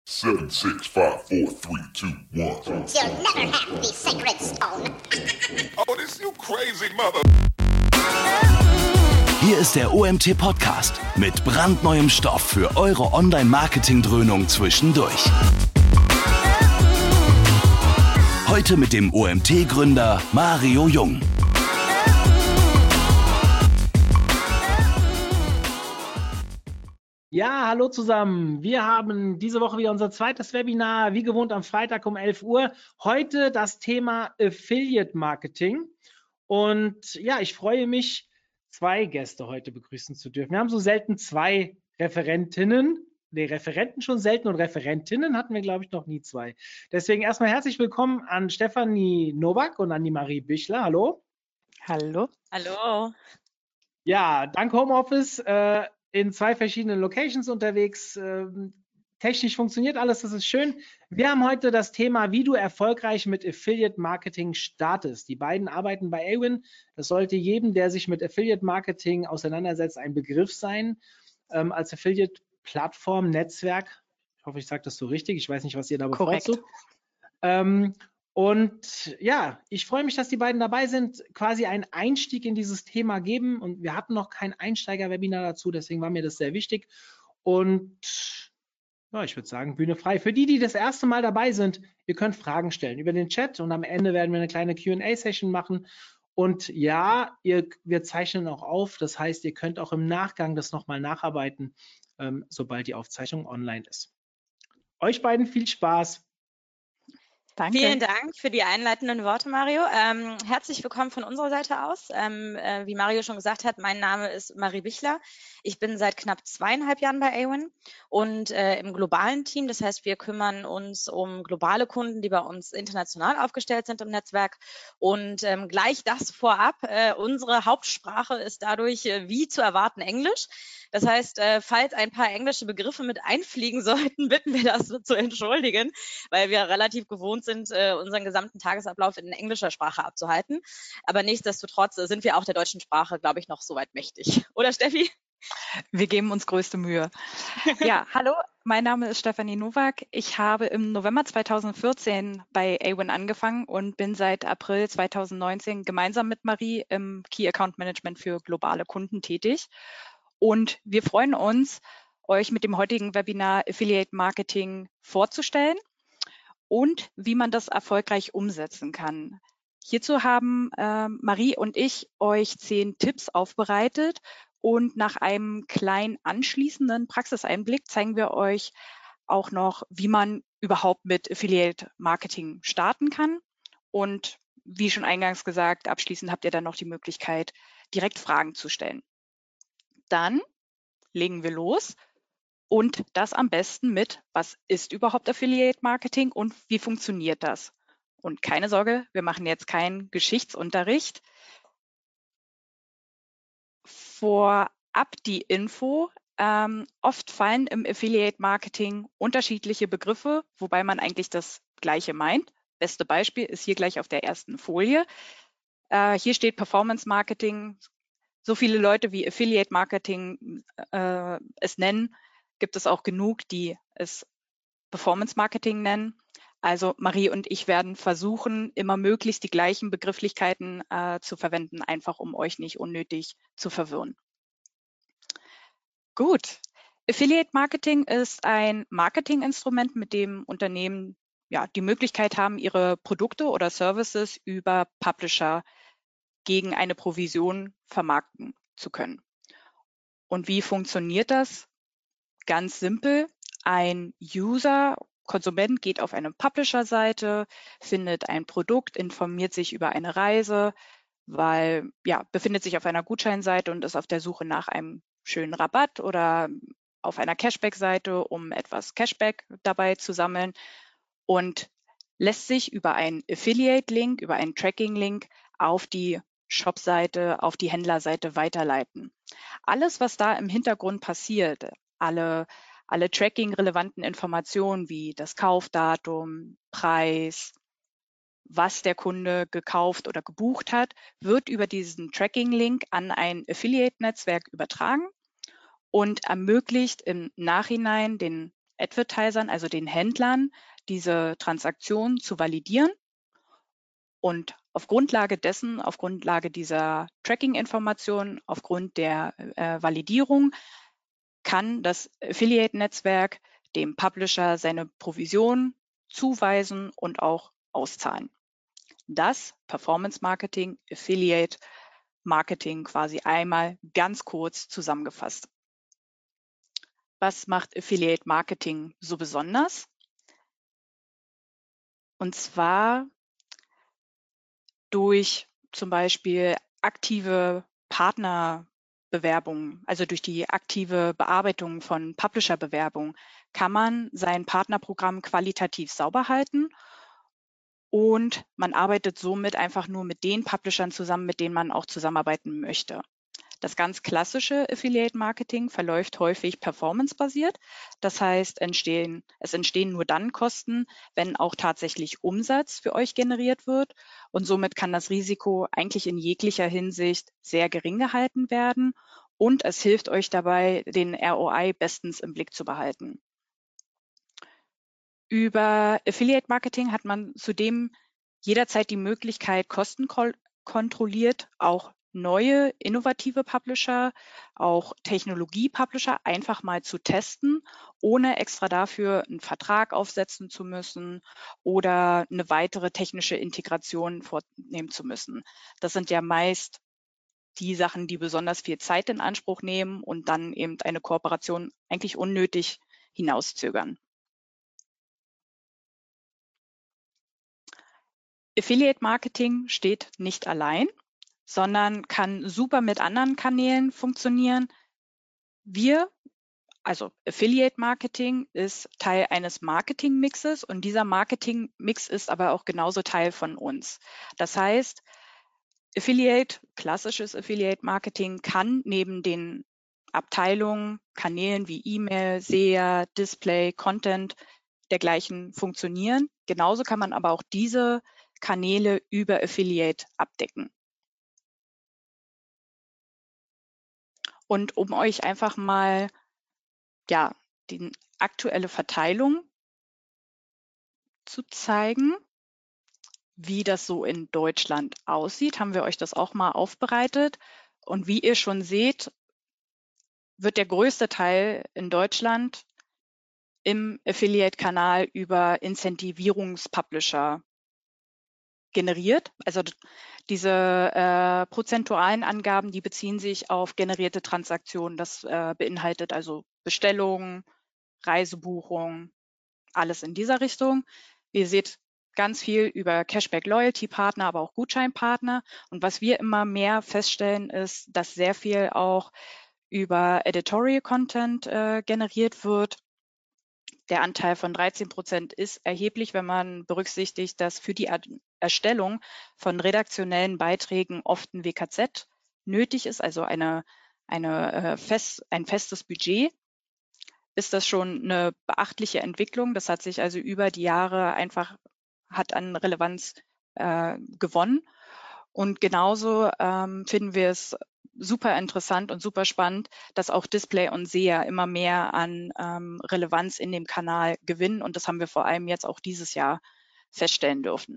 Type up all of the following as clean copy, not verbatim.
Seven, six, five, four, three, two, one. You'll never have the sacred stone. Oh, this you crazy mother. Hier ist der OMT-Podcast mit brandneuem Stoff für eure Online-Marketing-Dröhnung zwischendurch. Heute mit dem OMT-Gründer Mario Jung. Ja, hallo zusammen. Wir haben diese Woche wieder unser zweites Webinar, wie gewohnt am Freitag um 11 Uhr. Heute das Thema Affiliate Marketing. Und ja, ich freue mich, zwei Gäste heute begrüßen zu dürfen. Wir haben so selten zwei Referentinnen. Nee, Referenten schon selten und Referentinnen hatten wir, glaube ich, noch nie zwei. Deswegen erstmal herzlich willkommen an Stefanie Nowak und an die Marie Bichler. Hallo. Hallo. Hallo. Ja, dank Homeoffice in zwei verschiedenen Locations unterwegs. Technisch funktioniert alles, das ist schön. Wir haben heute das Thema, wie du erfolgreich mit Affiliate Marketing startest. Die beiden arbeiten bei Awin. Das sollte jedem, der sich mit Affiliate Marketing auseinandersetzt, ein Begriff sein. Als Affiliate-Plattform, Netzwerk. Ich hoffe, ich sage das so richtig. Ich weiß nicht, was ihr da bevorzugt. Und ja, ich freue mich, dass die beiden dabei sind, quasi einen Einstieg in dieses Thema geben. Und wir hatten noch kein Einsteiger-Webinar dazu, deswegen war mir das sehr wichtig. Und ja, ich würde sagen, Bühne frei. Für die, die das erste Mal dabei sind, ihr könnt Fragen stellen über den Chat und am Ende werden wir eine kleine Q&A-Session machen. Und ja, wir zeichnen auch auf. Das heißt, ihr könnt auch im Nachgang das nochmal nacharbeiten, sobald die Aufzeichnung online ist. Euch beiden viel Spaß. Danke. Vielen Dank für die einleitenden Worte, Mario. Herzlich willkommen von unserer Seite aus. Wie Mario schon gesagt hat, mein Name ist Marie Bichler. Ich bin seit knapp 2,5 Jahren bei Awin und im globalen Team. Das heißt, wir kümmern uns um globale Kunden, die bei uns international aufgestellt sind im Netzwerk. Und gleich das vorab, unsere Hauptsprache ist dadurch, wie zu erwarten, Englisch. Das heißt, falls ein paar englische Begriffe mit einfliegen sollten, bitten wir das zu entschuldigen, weil wir relativ gewohnt sind, unseren gesamten Tagesablauf in englischer Sprache abzuhalten. Aber nichtsdestotrotz sind wir auch der deutschen Sprache, glaube ich, noch soweit mächtig. Oder Steffi? Wir geben uns größte Mühe. Ja, hallo, mein Name ist Stefanie Nowak. Ich habe im November 2014 bei Awin angefangen und bin seit April 2019 gemeinsam mit Marie im Key Account Management für globale Kunden tätig. Und wir freuen uns, euch mit dem heutigen Webinar Affiliate Marketing vorzustellen und wie man das erfolgreich umsetzen kann. Hierzu haben Marie und ich euch 10 Tipps aufbereitet und nach einem kleinen anschließenden Praxiseinblick zeigen wir euch auch noch, wie man überhaupt mit Affiliate Marketing starten kann. Und wie schon eingangs gesagt, abschließend habt ihr dann noch die Möglichkeit, direkt Fragen zu stellen. Dann legen wir los und das am besten mit, was ist überhaupt Affiliate Marketing und wie funktioniert das? Und keine Sorge, wir machen jetzt keinen Geschichtsunterricht. Vorab die Info, oft fallen im Affiliate Marketing unterschiedliche Begriffe, wobei man eigentlich das Gleiche meint. Beste Beispiel ist hier gleich auf der ersten Folie. Hier steht Performance Marketing. So viele Leute wie Affiliate Marketing es nennen, gibt es auch genug, die es Performance Marketing nennen. Also Marie und ich werden versuchen, immer möglichst die gleichen Begrifflichkeiten zu verwenden, einfach um euch nicht unnötig zu verwirren. Gut. Affiliate Marketing ist ein Marketinginstrument, mit dem Unternehmen die Möglichkeit haben, ihre Produkte oder Services über Publisher gegen eine Provision vermarkten zu können. Und wie funktioniert das? Ganz simpel. Ein User, Konsument geht auf eine Publisher-Seite, findet ein Produkt, informiert sich über eine Reise, befindet sich auf einer Gutscheinseite und ist auf der Suche nach einem schönen Rabatt oder auf einer Cashback-Seite, um etwas Cashback dabei zu sammeln und lässt sich über einen Affiliate-Link, über einen Tracking-Link auf die Shop-Seite, auf die Händlerseite weiterleiten. Alles, was da im Hintergrund passiert, alle Tracking-relevanten Informationen wie das Kaufdatum, Preis, was der Kunde gekauft oder gebucht hat, wird über diesen Tracking-Link an ein Affiliate-Netzwerk übertragen und ermöglicht im Nachhinein den Advertisern, also den Händlern, diese Transaktion zu validieren. Und auf Grundlage dessen, auf Grundlage dieser Tracking-Informationen, aufgrund der Validierung, kann das Affiliate-Netzwerk dem Publisher seine Provision zuweisen und auch auszahlen. Das Performance Marketing, Affiliate Marketing quasi einmal ganz kurz zusammengefasst. Was macht Affiliate Marketing so besonders? Und zwar durch zum Beispiel aktive Partnerbewerbungen, also durch die aktive Bearbeitung von Publisher-Bewerbungen, kann man sein Partnerprogramm qualitativ sauber halten und man arbeitet somit einfach nur mit den Publishern zusammen, mit denen man auch zusammenarbeiten möchte. Das ganz klassische Affiliate-Marketing verläuft häufig performance-basiert. Das heißt, es entstehen nur dann Kosten, wenn auch tatsächlich Umsatz für euch generiert wird. Und somit kann das Risiko eigentlich in jeglicher Hinsicht sehr gering gehalten werden. Und es hilft euch dabei, den ROI bestens im Blick zu behalten. Über Affiliate-Marketing hat man zudem jederzeit die Möglichkeit, kostenkontrolliert auch neue, innovative Publisher, auch Technologie-Publisher einfach mal zu testen, ohne extra dafür einen Vertrag aufsetzen zu müssen oder eine weitere technische Integration vornehmen zu müssen. Das sind ja meist die Sachen, die besonders viel Zeit in Anspruch nehmen und dann eben eine Kooperation eigentlich unnötig hinauszögern. Affiliate Marketing steht nicht allein, sondern kann super mit anderen Kanälen funktionieren. Also Affiliate Marketing ist Teil eines Marketingmixes und dieser Marketingmix ist aber auch genauso Teil von uns. Das heißt, klassisches Affiliate Marketing kann neben den Abteilungen, Kanälen wie E-Mail, SEA, Display, Content dergleichen funktionieren. Genauso kann man aber auch diese Kanäle über Affiliate abdecken. Und um euch einfach mal die aktuelle Verteilung zu zeigen, wie das so in Deutschland aussieht, haben wir euch das auch mal aufbereitet. Und wie ihr schon seht, wird der größte Teil in Deutschland im Affiliate-Kanal über Incentivierungspublisher generiert. Also diese prozentualen Angaben, die beziehen sich auf generierte Transaktionen. Das beinhaltet also Bestellungen, Reisebuchungen, alles in dieser Richtung. Ihr seht ganz viel über Cashback-Loyalty-Partner, aber auch Gutscheinpartner. Und was wir immer mehr feststellen, ist, dass sehr viel auch über Editorial-Content generiert wird. Der Anteil von 13% ist erheblich, wenn man berücksichtigt, dass für die Erstellung von redaktionellen Beiträgen oft ein WKZ nötig ist, also ein festes Budget. Ist das schon eine beachtliche Entwicklung. Das hat sich also über die Jahre hat an Relevanz gewonnen. Und genauso finden wir es super interessant und super spannend, dass auch Display und SEA immer mehr an Relevanz in dem Kanal gewinnen. Und das haben wir vor allem jetzt auch dieses Jahr feststellen dürfen.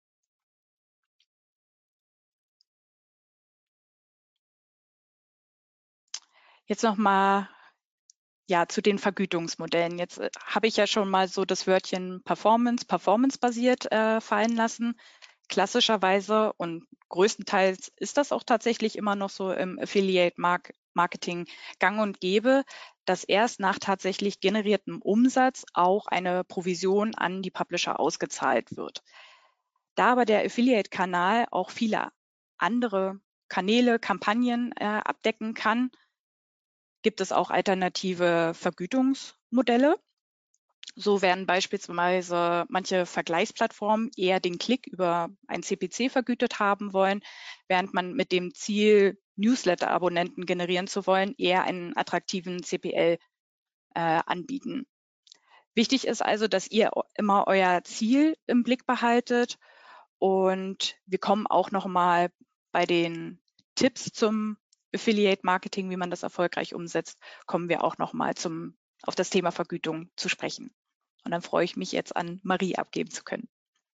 Jetzt nochmal zu den Vergütungsmodellen. Jetzt habe ich ja schon mal so das Wörtchen performance-basiert fallen lassen. Klassischerweise und größtenteils ist das auch tatsächlich immer noch so im Affiliate-Marketing gang und gäbe, dass erst nach tatsächlich generiertem Umsatz auch eine Provision an die Publisher ausgezahlt wird. Da aber der Affiliate-Kanal auch viele andere Kanäle, Kampagnen abdecken kann, gibt es auch alternative Vergütungsmodelle. So werden beispielsweise manche Vergleichsplattformen eher den Klick über ein CPC vergütet haben wollen, während man mit dem Ziel, Newsletter-Abonnenten generieren zu wollen, eher einen attraktiven CPL anbieten. Wichtig ist also, dass ihr immer euer Ziel im Blick behaltet und wir kommen auch nochmal bei den Tipps zum Affiliate Marketing, wie man das erfolgreich umsetzt, kommen wir auch nochmal zum auf das Thema Vergütung zu sprechen. Und dann freue ich mich jetzt an Marie abgeben zu können.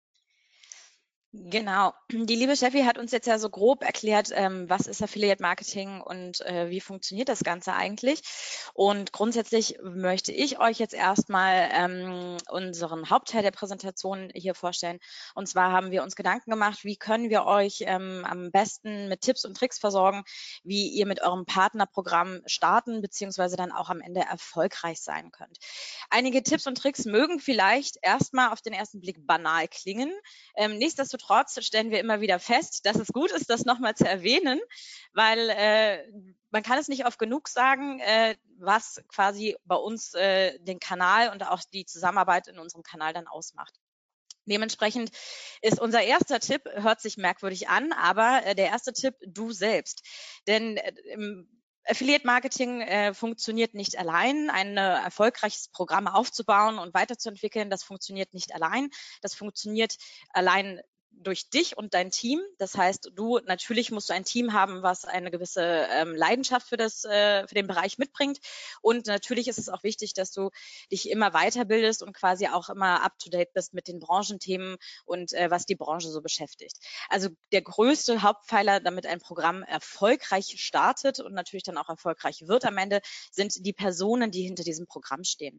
Genau. Die liebe Steffi hat uns jetzt ja so grob erklärt, was ist Affiliate Marketing und wie funktioniert das Ganze eigentlich. Und grundsätzlich möchte ich euch jetzt erstmal unseren Hauptteil der Präsentation hier vorstellen. Und zwar haben wir uns Gedanken gemacht, wie können wir euch am besten mit Tipps und Tricks versorgen, wie ihr mit eurem Partnerprogramm starten bzw. dann auch am Ende erfolgreich sein könnt. Einige Tipps und Tricks mögen vielleicht erstmal auf den ersten Blick banal klingen. Nichtsdestotrotz stellen wir immer wieder fest, dass es gut ist, das nochmal zu erwähnen, weil man kann es nicht oft genug sagen, was quasi bei uns den Kanal und auch die Zusammenarbeit in unserem Kanal dann ausmacht. Dementsprechend ist unser erster Tipp, hört sich merkwürdig an, aber der erste Tipp, du selbst. Denn Affiliate Marketing funktioniert nicht allein. Ein erfolgreiches Programm aufzubauen und weiterzuentwickeln, das funktioniert nicht allein. Das funktioniert allein durch dich und dein Team. Das heißt, natürlich musst du ein Team haben, was eine gewisse Leidenschaft für den Bereich mitbringt. Und natürlich ist es auch wichtig, dass du dich immer weiterbildest und quasi auch immer up to date bist mit den Branchenthemen und was die Branche so beschäftigt. Also der größte Hauptpfeiler, damit ein Programm erfolgreich startet und natürlich dann auch erfolgreich wird am Ende, sind die Personen, die hinter diesem Programm stehen.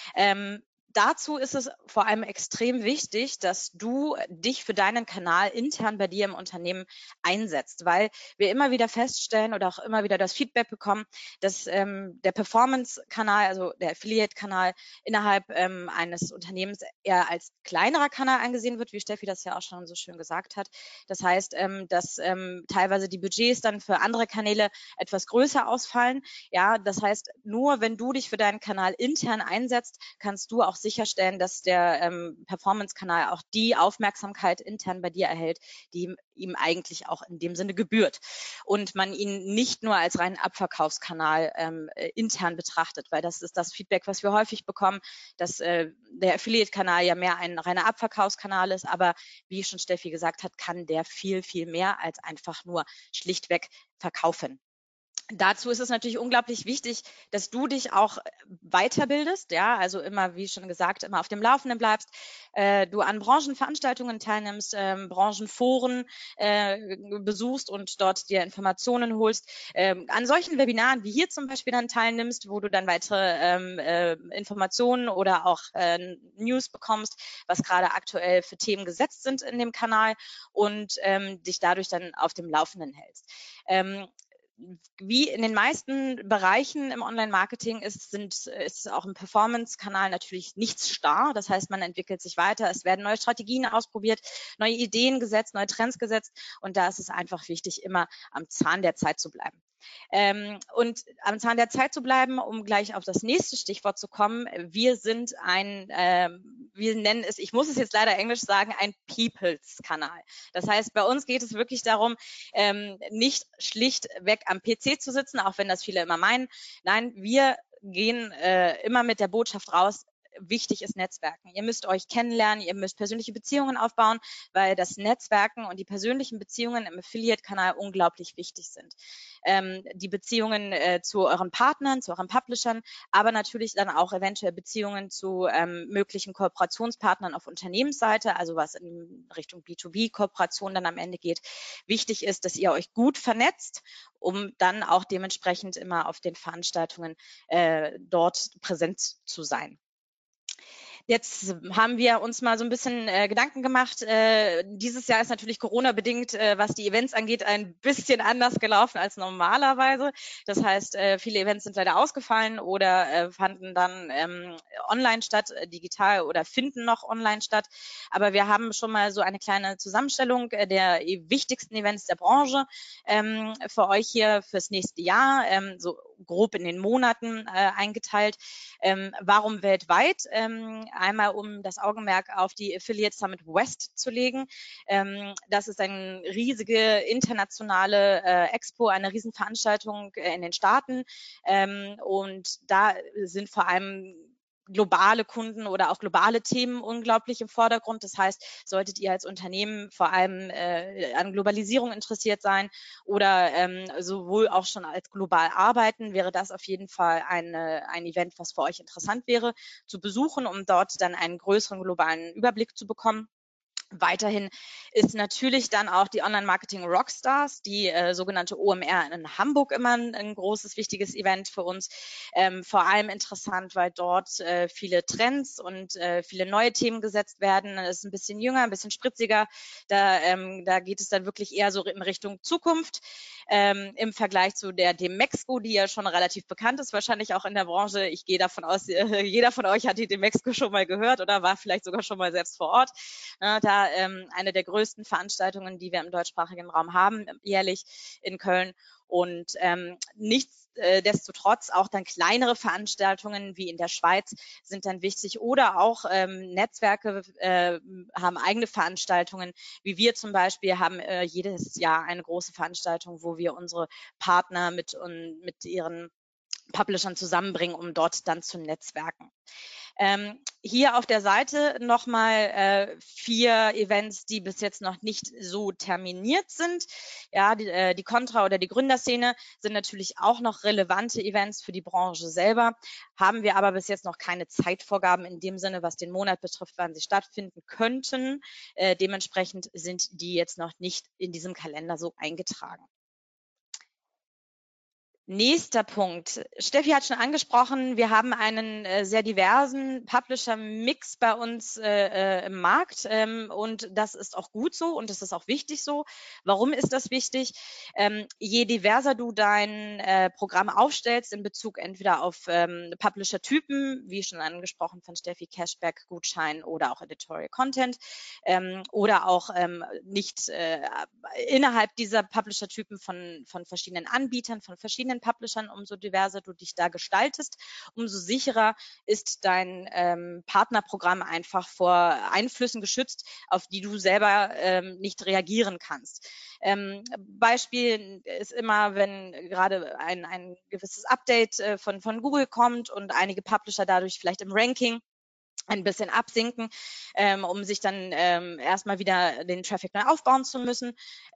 Dazu ist es vor allem extrem wichtig, dass du dich für deinen Kanal intern bei dir im Unternehmen einsetzt, weil wir immer wieder feststellen oder auch immer wieder das Feedback bekommen, dass der Performance-Kanal, also der Affiliate-Kanal innerhalb eines Unternehmens eher als kleinerer Kanal angesehen wird, wie Steffi das ja auch schon so schön gesagt hat. Das heißt, dass teilweise die Budgets dann für andere Kanäle etwas größer ausfallen. Ja, das heißt, nur wenn du dich für deinen Kanal intern einsetzt, kannst du auch sicherstellen, dass der Performance-Kanal auch die Aufmerksamkeit intern bei dir erhält, die ihm eigentlich auch in dem Sinne gebührt. Und man ihn nicht nur als reinen Abverkaufskanal intern betrachtet, weil das ist das Feedback, was wir häufig bekommen, dass der Affiliate-Kanal ja mehr ein reiner Abverkaufskanal ist, aber wie schon Steffi gesagt hat, kann der viel, viel mehr als einfach nur schlichtweg verkaufen. Dazu ist es natürlich unglaublich wichtig, dass du dich auch weiterbildest, ja, also immer, wie schon gesagt, immer auf dem Laufenden bleibst, du an Branchenveranstaltungen teilnimmst, Branchenforen besuchst und dort dir Informationen holst, an solchen Webinaren wie hier zum Beispiel dann teilnimmst, wo du dann weitere Informationen oder auch News bekommst, was gerade aktuell für Themen gesetzt sind in dem Kanal und dich dadurch dann auf dem Laufenden hältst. Wie in den meisten Bereichen im Online-Marketing ist auch im Performance-Kanal natürlich nichts starr. Das heißt, man entwickelt sich weiter. Es werden neue Strategien ausprobiert, neue Ideen gesetzt, neue Trends gesetzt. Und da ist es einfach wichtig, immer am Zahn der Zeit zu bleiben. Und am Zahn der Zeit zu bleiben, um gleich auf das nächste Stichwort zu kommen. Wir sind wir nennen es, ich muss es jetzt leider Englisch sagen, ein Peoples-Kanal. Das heißt, bei uns geht es wirklich darum, nicht schlichtweg am PC zu sitzen, auch wenn das viele immer meinen. Nein, wir gehen immer mit der Botschaft raus, wichtig ist Netzwerken. Ihr müsst euch kennenlernen, ihr müsst persönliche Beziehungen aufbauen, weil das Netzwerken und die persönlichen Beziehungen im Affiliate-Kanal unglaublich wichtig sind. Die Beziehungen zu euren Partnern, zu euren Publishern, aber natürlich dann auch eventuell Beziehungen zu möglichen Kooperationspartnern auf Unternehmensseite, also was in Richtung B2B-Kooperation dann am Ende geht. Wichtig ist, dass ihr euch gut vernetzt, um dann auch dementsprechend immer auf den Veranstaltungen dort präsent zu sein. Jetzt haben wir uns mal so ein bisschen Gedanken gemacht. Dieses Jahr ist natürlich Corona-bedingt, was die Events angeht, ein bisschen anders gelaufen als normalerweise. Das heißt, viele Events sind leider ausgefallen oder fanden dann online statt, digital oder finden noch online statt. Aber wir haben schon mal so eine kleine Zusammenstellung der wichtigsten Events der Branche für euch hier fürs nächste Jahr, so grob in den Monaten eingeteilt. Warum weltweit? Einmal, um das Augenmerk auf die Affiliate Summit West zu legen. Das ist eine riesige internationale Expo, eine Riesenveranstaltung in den Staaten. Und da sind vor allem globale Kunden oder auch globale Themen unglaublich im Vordergrund. Das heißt, solltet ihr als Unternehmen vor allem an Globalisierung interessiert sein oder sowohl auch schon als global arbeiten, wäre das auf jeden Fall ein Event, was für euch interessant wäre, zu besuchen, um dort dann einen größeren globalen Überblick zu bekommen. Weiterhin ist natürlich dann auch die Online-Marketing Rockstars, die sogenannte OMR in Hamburg immer ein großes, wichtiges Event für uns. Vor allem interessant, weil dort viele Trends und viele neue Themen gesetzt werden. Es ist ein bisschen jünger, ein bisschen spritziger. Da geht es dann wirklich eher so in Richtung Zukunft. Im Vergleich zu der Demexco, die ja schon relativ bekannt ist, wahrscheinlich auch in der Branche. Ich gehe davon aus, jeder von euch hat die Demexco schon mal gehört oder war vielleicht sogar schon mal selbst vor Ort. Da eine der größten Veranstaltungen, die wir im deutschsprachigen Raum haben, jährlich in Köln. Und nichtsdestotrotz auch dann kleinere Veranstaltungen wie in der Schweiz sind dann wichtig oder auch Netzwerke haben eigene Veranstaltungen, wie wir zum Beispiel haben jedes Jahr eine große Veranstaltung, wo wir unsere Partner mit ihren Publishern zusammenbringen, um dort dann zu netzwerken. Hier auf der Seite nochmal 4 Events, die bis jetzt noch nicht so terminiert sind. Ja, die Contra- oder die Gründerszene sind natürlich auch noch relevante Events für die Branche selber. Haben wir aber bis jetzt noch keine Zeitvorgaben in dem Sinne, was den Monat betrifft, wann sie stattfinden könnten. Dementsprechend sind die jetzt noch nicht in diesem Kalender so eingetragen. Nächster Punkt. Steffi hat schon angesprochen, wir haben einen sehr diversen Publisher-Mix bei uns im Markt und das ist auch gut so und das ist auch wichtig so. Warum ist das wichtig? Je diverser du dein Programm aufstellst in Bezug entweder auf Publisher-Typen, wie schon angesprochen von Steffi, Cashback, Gutschein oder auch Editorial Content oder auch nicht innerhalb dieser Publisher-Typen von verschiedenen Anbietern, von verschiedenen Publishern, umso diverser du dich da gestaltest, umso sicherer ist dein Partnerprogramm einfach vor Einflüssen geschützt, auf die du selber nicht reagieren kannst. Beispiel ist immer, wenn gerade ein gewisses Update von Google kommt und einige Publisher dadurch vielleicht im Ranking ein bisschen absinken, um sich dann erstmal wieder den Traffic neu aufbauen zu müssen,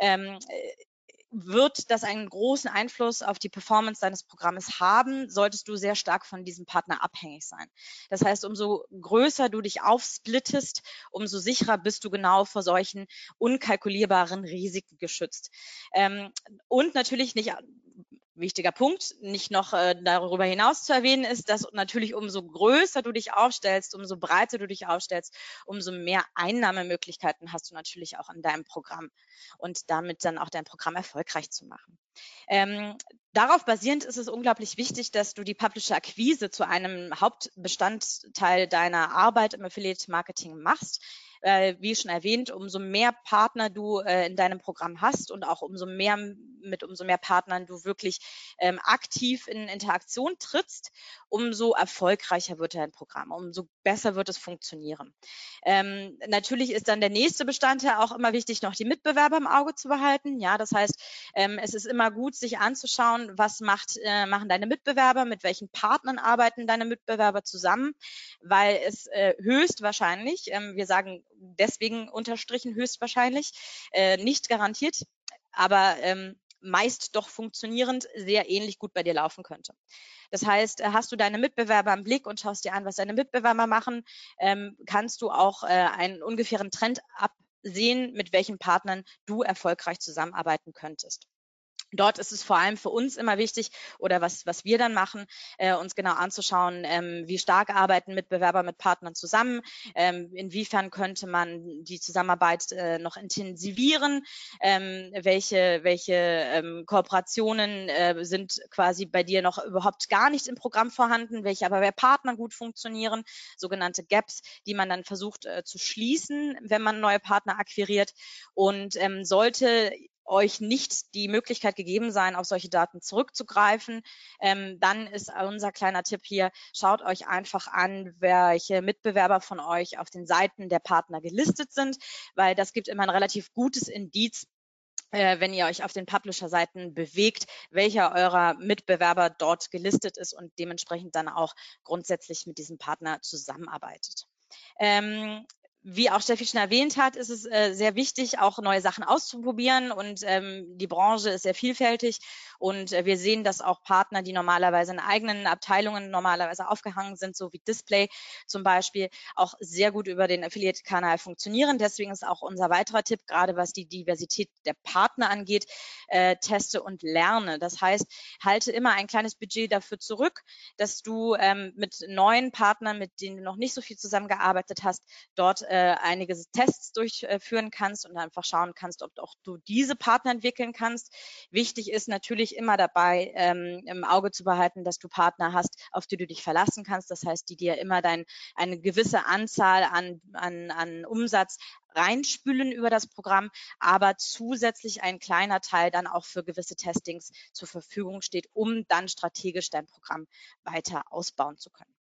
wird das einen großen Einfluss auf die Performance deines Programmes haben, solltest du sehr stark von diesem Partner abhängig sein. Das heißt, umso größer du dich aufsplittest, umso sicherer bist du genau vor solchen unkalkulierbaren Risiken geschützt. Und natürlich nicht wichtiger Punkt, nicht noch darüber hinaus zu erwähnen, ist, dass natürlich umso größer du dich aufstellst, umso breiter du dich aufstellst, umso mehr Einnahmemöglichkeiten hast du natürlich auch in deinem Programm und damit dann auch dein Programm erfolgreich zu machen. Darauf basierend ist es unglaublich wichtig, dass du die Publisher-Akquise zu einem Hauptbestandteil deiner Arbeit im Affiliate-Marketing machst. Wie schon erwähnt, umso mehr Partner du in deinem Programm hast und auch umso mehr Partnern du wirklich aktiv in Interaktion trittst, umso erfolgreicher wird dein Programm, umso besser wird es funktionieren. Natürlich ist dann der nächste Bestandteil auch immer wichtig, noch die Mitbewerber im Auge zu behalten. Ja, das heißt, es ist immer gut, sich anzuschauen, was machen deine Mitbewerber, mit welchen Partnern arbeiten deine Mitbewerber zusammen, weil es höchstwahrscheinlich, wir sagen deswegen unterstrichen höchstwahrscheinlich, nicht garantiert, aber meist doch funktionierend sehr ähnlich gut bei dir laufen könnte. Das heißt, hast du deine Mitbewerber im Blick und schaust dir an, was deine Mitbewerber machen, kannst du auch einen ungefähren Trend absehen, mit welchen Partnern du erfolgreich zusammenarbeiten könntest. Dort ist es vor allem für uns immer wichtig oder was wir dann machen, uns genau anzuschauen, wie stark arbeiten Mitbewerber mit Partnern zusammen, inwiefern könnte man die Zusammenarbeit noch intensivieren, welche Kooperationen sind quasi bei dir noch überhaupt gar nicht im Programm vorhanden, welche aber bei Partnern gut funktionieren, sogenannte Gaps, die man dann versucht zu schließen, wenn man neue Partner akquiriert und sollte euch nicht die Möglichkeit gegeben sein, auf solche Daten zurückzugreifen, dann ist unser kleiner Tipp hier, schaut euch einfach an, welche Mitbewerber von euch auf den Seiten der Partner gelistet sind, weil das gibt immer ein relativ gutes Indiz, wenn ihr euch auf den Publisher-Seiten bewegt, welcher eurer Mitbewerber dort gelistet ist und dementsprechend dann auch grundsätzlich mit diesem Partner zusammenarbeitet. Wie auch Steffi schon erwähnt hat, ist es sehr wichtig, auch neue Sachen auszuprobieren und die Branche ist sehr vielfältig und wir sehen, dass auch Partner, die normalerweise in eigenen Abteilungen normalerweise aufgehangen sind, so wie Display zum Beispiel, auch sehr gut über den Affiliate-Kanal funktionieren. Deswegen ist auch unser weiterer Tipp, gerade was die Diversität der Partner angeht, teste und lerne. Das heißt, halte immer ein kleines Budget dafür zurück, dass du mit neuen Partnern, mit denen du noch nicht so viel zusammengearbeitet hast, dort einige Tests durchführen kannst und einfach schauen kannst, ob auch du diese Partner entwickeln kannst. Wichtig ist natürlich immer dabei, im Auge zu behalten, dass du Partner hast, auf die du dich verlassen kannst. Das heißt, die dir immer eine gewisse Anzahl an Umsatz reinspülen über das Programm, aber zusätzlich ein kleiner Teil dann auch für gewisse Testings zur Verfügung steht, um dann strategisch dein Programm weiter ausbauen zu können.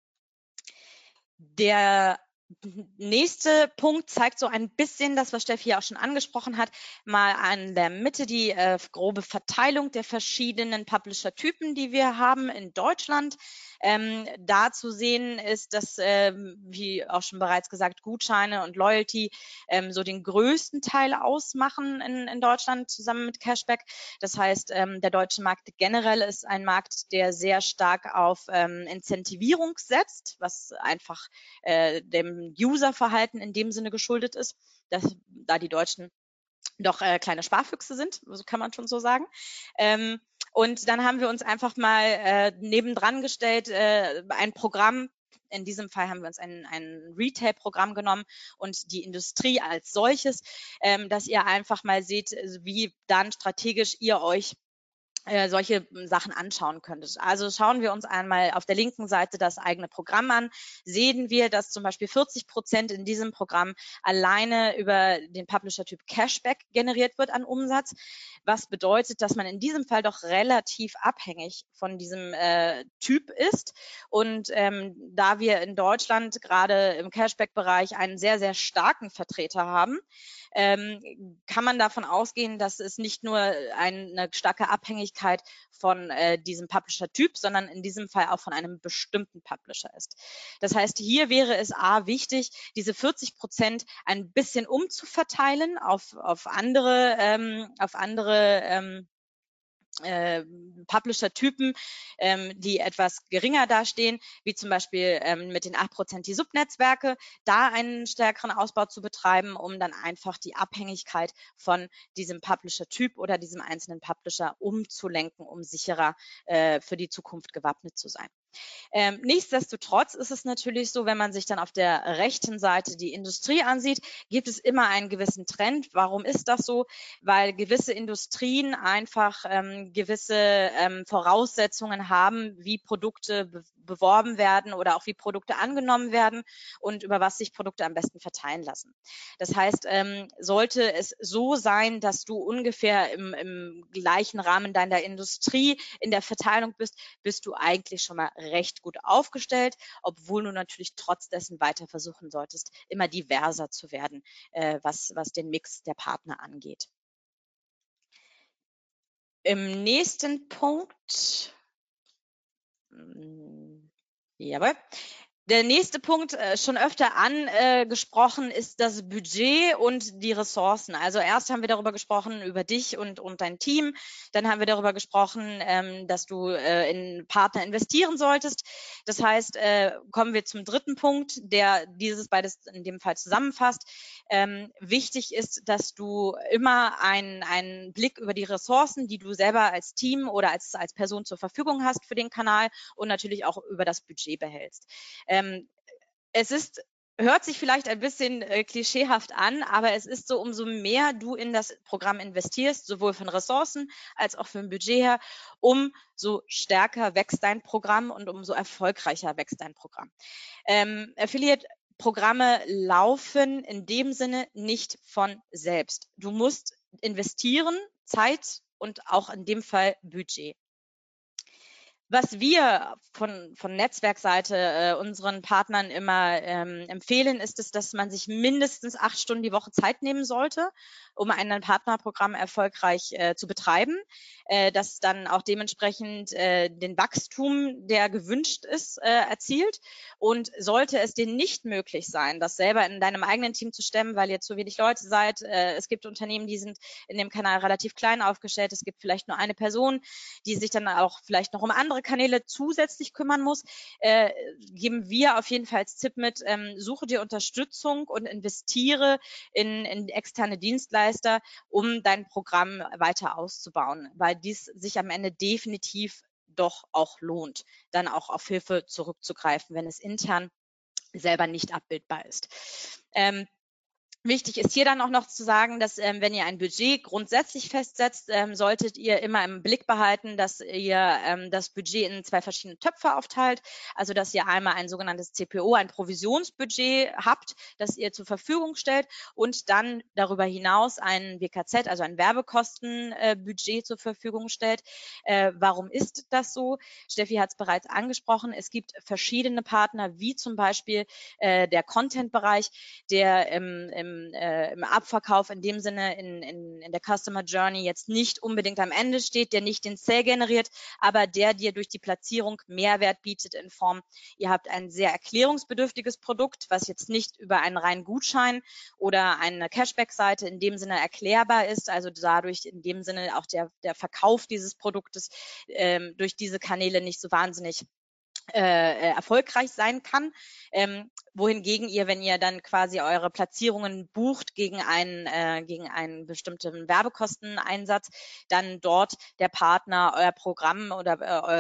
Der nächste Punkt zeigt so ein bisschen das, was Steffi auch schon angesprochen hat, mal an der Mitte die grobe Verteilung der verschiedenen Publisher-Typen, die wir haben in Deutschland. Da zu sehen ist, dass, wie auch schon bereits gesagt, Gutscheine und Loyalty so den größten Teil ausmachen in Deutschland zusammen mit Cashback. Das heißt, der deutsche Markt generell ist ein Markt, der sehr stark auf Incentivierung setzt, was einfach dem Userverhalten in dem Sinne geschuldet ist, da die Deutschen doch kleine Sparfüchse sind, so kann man schon so sagen. Und dann haben wir uns einfach mal nebendran gestellt, ein Programm. In diesem Fall haben wir uns ein Retail-Programm genommen und die Industrie als solches, dass ihr einfach mal seht, wie dann strategisch ihr euch solche Sachen anschauen könntet. Also schauen wir uns einmal auf der linken Seite das eigene Programm an, sehen wir, dass zum Beispiel 40% in diesem Programm alleine über den Publisher-Typ Cashback generiert wird an Umsatz, was bedeutet, dass man in diesem Fall doch relativ abhängig von diesem Typ ist. Und da wir in Deutschland gerade im Cashback-Bereich einen sehr, sehr starken Vertreter haben, kann man davon ausgehen, dass es nicht nur eine starke Abhängigkeit von diesem Publisher-Typ, sondern in diesem Fall auch von einem bestimmten Publisher ist. Das heißt, hier wäre es wichtig, diese 40% ein bisschen umzuverteilen auf andere Publisher-Typen, die etwas geringer dastehen, wie zum Beispiel mit den 8% die Subnetzwerke, da einen stärkeren Ausbau zu betreiben, um dann einfach die Abhängigkeit von diesem Publisher-Typ oder diesem einzelnen Publisher umzulenken, um sicherer für die Zukunft gewappnet zu sein. Nichtsdestotrotz ist es natürlich so, wenn man sich dann auf der rechten Seite die Industrie ansieht, gibt es immer einen gewissen Trend. Warum ist das so? Weil gewisse Industrien einfach gewisse Voraussetzungen haben, wie Produkte beworben werden oder auch wie Produkte angenommen werden und über was sich Produkte am besten verteilen lassen. Das heißt, sollte es so sein, dass du ungefähr im gleichen Rahmen deiner Industrie in der Verteilung bist du eigentlich schon mal recht gut aufgestellt, obwohl du natürlich trotz dessen weiter versuchen solltest, immer diverser zu werden, was den Mix der Partner angeht. Im nächsten Punkt, jawohl. Der nächste Punkt, schon öfter angesprochen, ist das Budget und die Ressourcen. Also erst haben wir darüber gesprochen, über dich und dein Team. Dann haben wir darüber gesprochen, dass du in Partner investieren solltest. Das heißt, kommen wir zum dritten Punkt, der dieses beides in dem Fall zusammenfasst. Wichtig ist, dass du immer einen Blick über die Ressourcen, die du selber als Team oder als Person zur Verfügung hast für den Kanal und natürlich auch über das Budget behältst. Hört sich vielleicht ein bisschen klischeehaft an, aber es ist so, umso mehr du in das Programm investierst, sowohl von Ressourcen als auch vom Budget her, umso stärker wächst dein Programm und umso erfolgreicher wächst dein Programm. Affiliate-Programme laufen in dem Sinne nicht von selbst. Du musst investieren, Zeit und auch in dem Fall Budget. Was wir von Netzwerkseite unseren Partnern immer empfehlen, ist es, dass man sich mindestens 8 Stunden die Woche Zeit nehmen sollte, um ein Partnerprogramm erfolgreich zu betreiben, das dann auch dementsprechend den Wachstum, der gewünscht ist, erzielt. Und sollte es dir nicht möglich sein, das selber in deinem eigenen Team zu stemmen, weil ihr zu wenig Leute seid, es gibt Unternehmen, die sind in dem Kanal relativ klein aufgestellt, es gibt vielleicht nur eine Person, die sich dann auch vielleicht noch um andere Kanäle zusätzlich kümmern muss, geben wir auf jeden Fall als Tipp mit, suche dir Unterstützung und investiere in externe Dienstleister, um dein Programm weiter auszubauen, weil dies sich am Ende definitiv doch auch lohnt, dann auch auf Hilfe zurückzugreifen, wenn es intern selber nicht abbildbar ist. Wichtig ist hier dann auch noch zu sagen, dass wenn ihr ein Budget grundsätzlich festsetzt, solltet ihr immer im Blick behalten, dass ihr das Budget in 2 verschiedene Töpfe aufteilt. Also dass ihr einmal ein sogenanntes CPO, ein Provisionsbudget habt, das ihr zur Verfügung stellt und dann darüber hinaus ein WKZ, also ein Werbekostenbudget zur Verfügung stellt. Warum ist das so? Steffi hat es bereits angesprochen. Es gibt verschiedene Partner, wie zum Beispiel der Content-Bereich, der im Abverkauf in dem Sinne in der Customer Journey jetzt nicht unbedingt am Ende steht, der nicht den Sale generiert, aber der dir durch die Platzierung Mehrwert bietet in Form, ihr habt ein sehr erklärungsbedürftiges Produkt, was jetzt nicht über einen reinen Gutschein oder eine Cashback-Seite in dem Sinne erklärbar ist, also dadurch in dem Sinne auch der Verkauf dieses Produktes durch diese Kanäle nicht so wahnsinnig erfolgreich sein kann, wohingegen ihr, wenn ihr dann quasi eure Platzierungen bucht gegen einen bestimmten Werbekosteneinsatz, dann dort der Partner euer Programm oder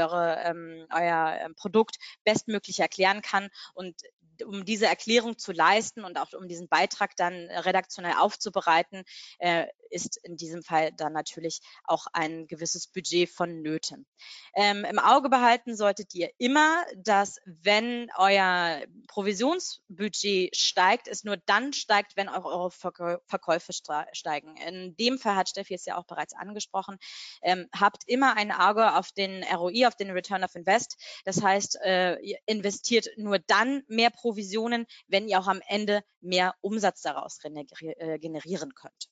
euer Produkt bestmöglich erklären kann und um diese Erklärung zu leisten und auch um diesen Beitrag dann redaktionell aufzubereiten, ist in diesem Fall dann natürlich auch ein gewisses Budget vonnöten. Im Auge behalten solltet ihr immer, dass wenn euer Provisionsbudget steigt, es nur dann steigt, wenn auch eure Verkäufe steigen. In dem Fall hat Steffi es ja auch bereits angesprochen, habt immer ein Auge auf den ROI, auf den Return of Invest. Das heißt, ihr investiert nur dann mehr Provisionen, wenn ihr auch am Ende mehr Umsatz daraus generieren könnt.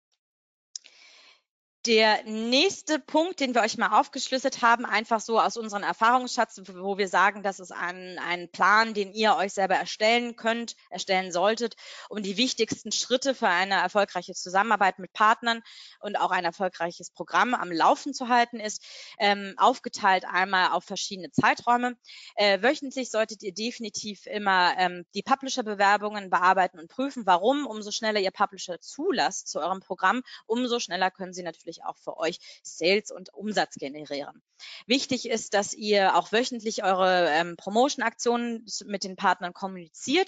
Der nächste Punkt, den wir euch mal aufgeschlüsselt haben, einfach so aus unserem Erfahrungsschatz, wo wir sagen, das ist ein Plan, den ihr euch selber erstellen solltet, um die wichtigsten Schritte für eine erfolgreiche Zusammenarbeit mit Partnern und auch ein erfolgreiches Programm am Laufen zu halten, ist aufgeteilt einmal auf verschiedene Zeiträume. Wöchentlich solltet ihr definitiv immer die Publisher-Bewerbungen bearbeiten und prüfen. Warum? Umso schneller ihr Publisher zulasst zu eurem Programm, umso schneller können sie natürlich auch für euch Sales und Umsatz generieren. Wichtig ist, dass ihr auch wöchentlich eure Promotion-Aktionen mit den Partnern kommuniziert.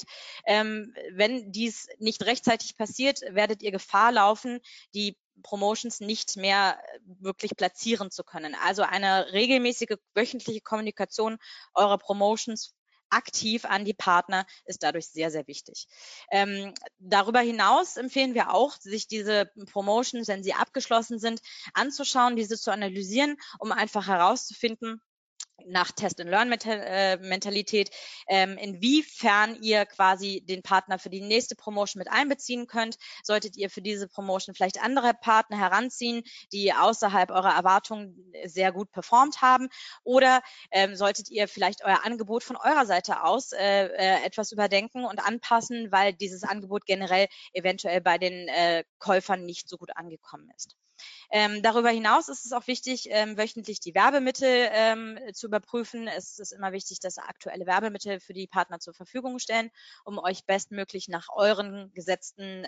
Wenn dies nicht rechtzeitig passiert, werdet ihr Gefahr laufen, die Promotions nicht mehr wirklich platzieren zu können. Also eine regelmäßige wöchentliche Kommunikation eurer Promotions aktiv an die Partner ist dadurch sehr, sehr wichtig. Darüber hinaus empfehlen wir auch, sich diese Promotions, wenn sie abgeschlossen sind, anzuschauen, diese zu analysieren, um einfach herauszufinden, nach Test-and-Learn-Mentalität, inwiefern ihr quasi den Partner für die nächste Promotion mit einbeziehen könnt. Solltet ihr für diese Promotion vielleicht andere Partner heranziehen, die außerhalb eurer Erwartungen sehr gut performt haben, oder solltet ihr vielleicht euer Angebot von eurer Seite aus etwas überdenken und anpassen, weil dieses Angebot generell eventuell bei den Käufern nicht so gut angekommen ist. Darüber hinaus ist es auch wichtig, wöchentlich die Werbemittel zu überprüfen. Es ist immer wichtig, dass aktuelle Werbemittel für die Partner zur Verfügung stellen, um euch bestmöglich nach euren gesetzten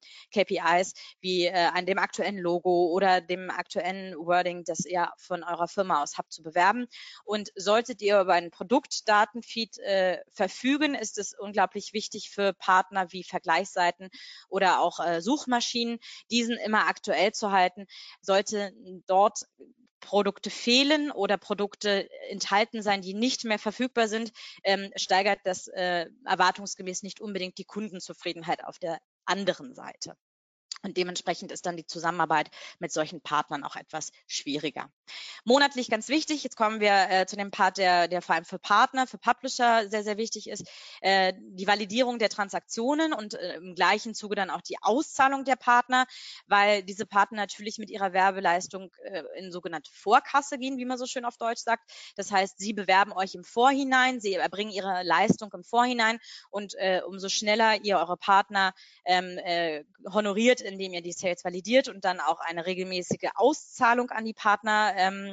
KPIs wie an dem aktuellen Logo oder dem aktuellen Wording, das ihr von eurer Firma aus habt, zu bewerben. Und solltet ihr über einen Produktdatenfeed verfügen, ist es unglaublich wichtig für Partner wie Vergleichsseiten oder auch Suchmaschinen, diesen immer aktuell zu halten. Sollte dort Produkte fehlen oder Produkte enthalten sein, die nicht mehr verfügbar sind, steigert das erwartungsgemäß nicht unbedingt die Kundenzufriedenheit auf der anderen Seite. Und dementsprechend ist dann die Zusammenarbeit mit solchen Partnern auch etwas schwieriger. Monatlich ganz wichtig, jetzt kommen wir zu dem Part, der vor allem für Partner, für Publisher sehr, sehr wichtig ist, die Validierung der Transaktionen und im gleichen Zuge dann auch die Auszahlung der Partner, weil diese Partner natürlich mit ihrer Werbeleistung in sogenannte Vorkasse gehen, wie man so schön auf Deutsch sagt. Das heißt, sie bewerben euch im Vorhinein, sie erbringen ihre Leistung im Vorhinein und umso schneller ihr eure Partner honoriert, indem ihr die Sales validiert und dann auch eine regelmäßige Auszahlung an die Partner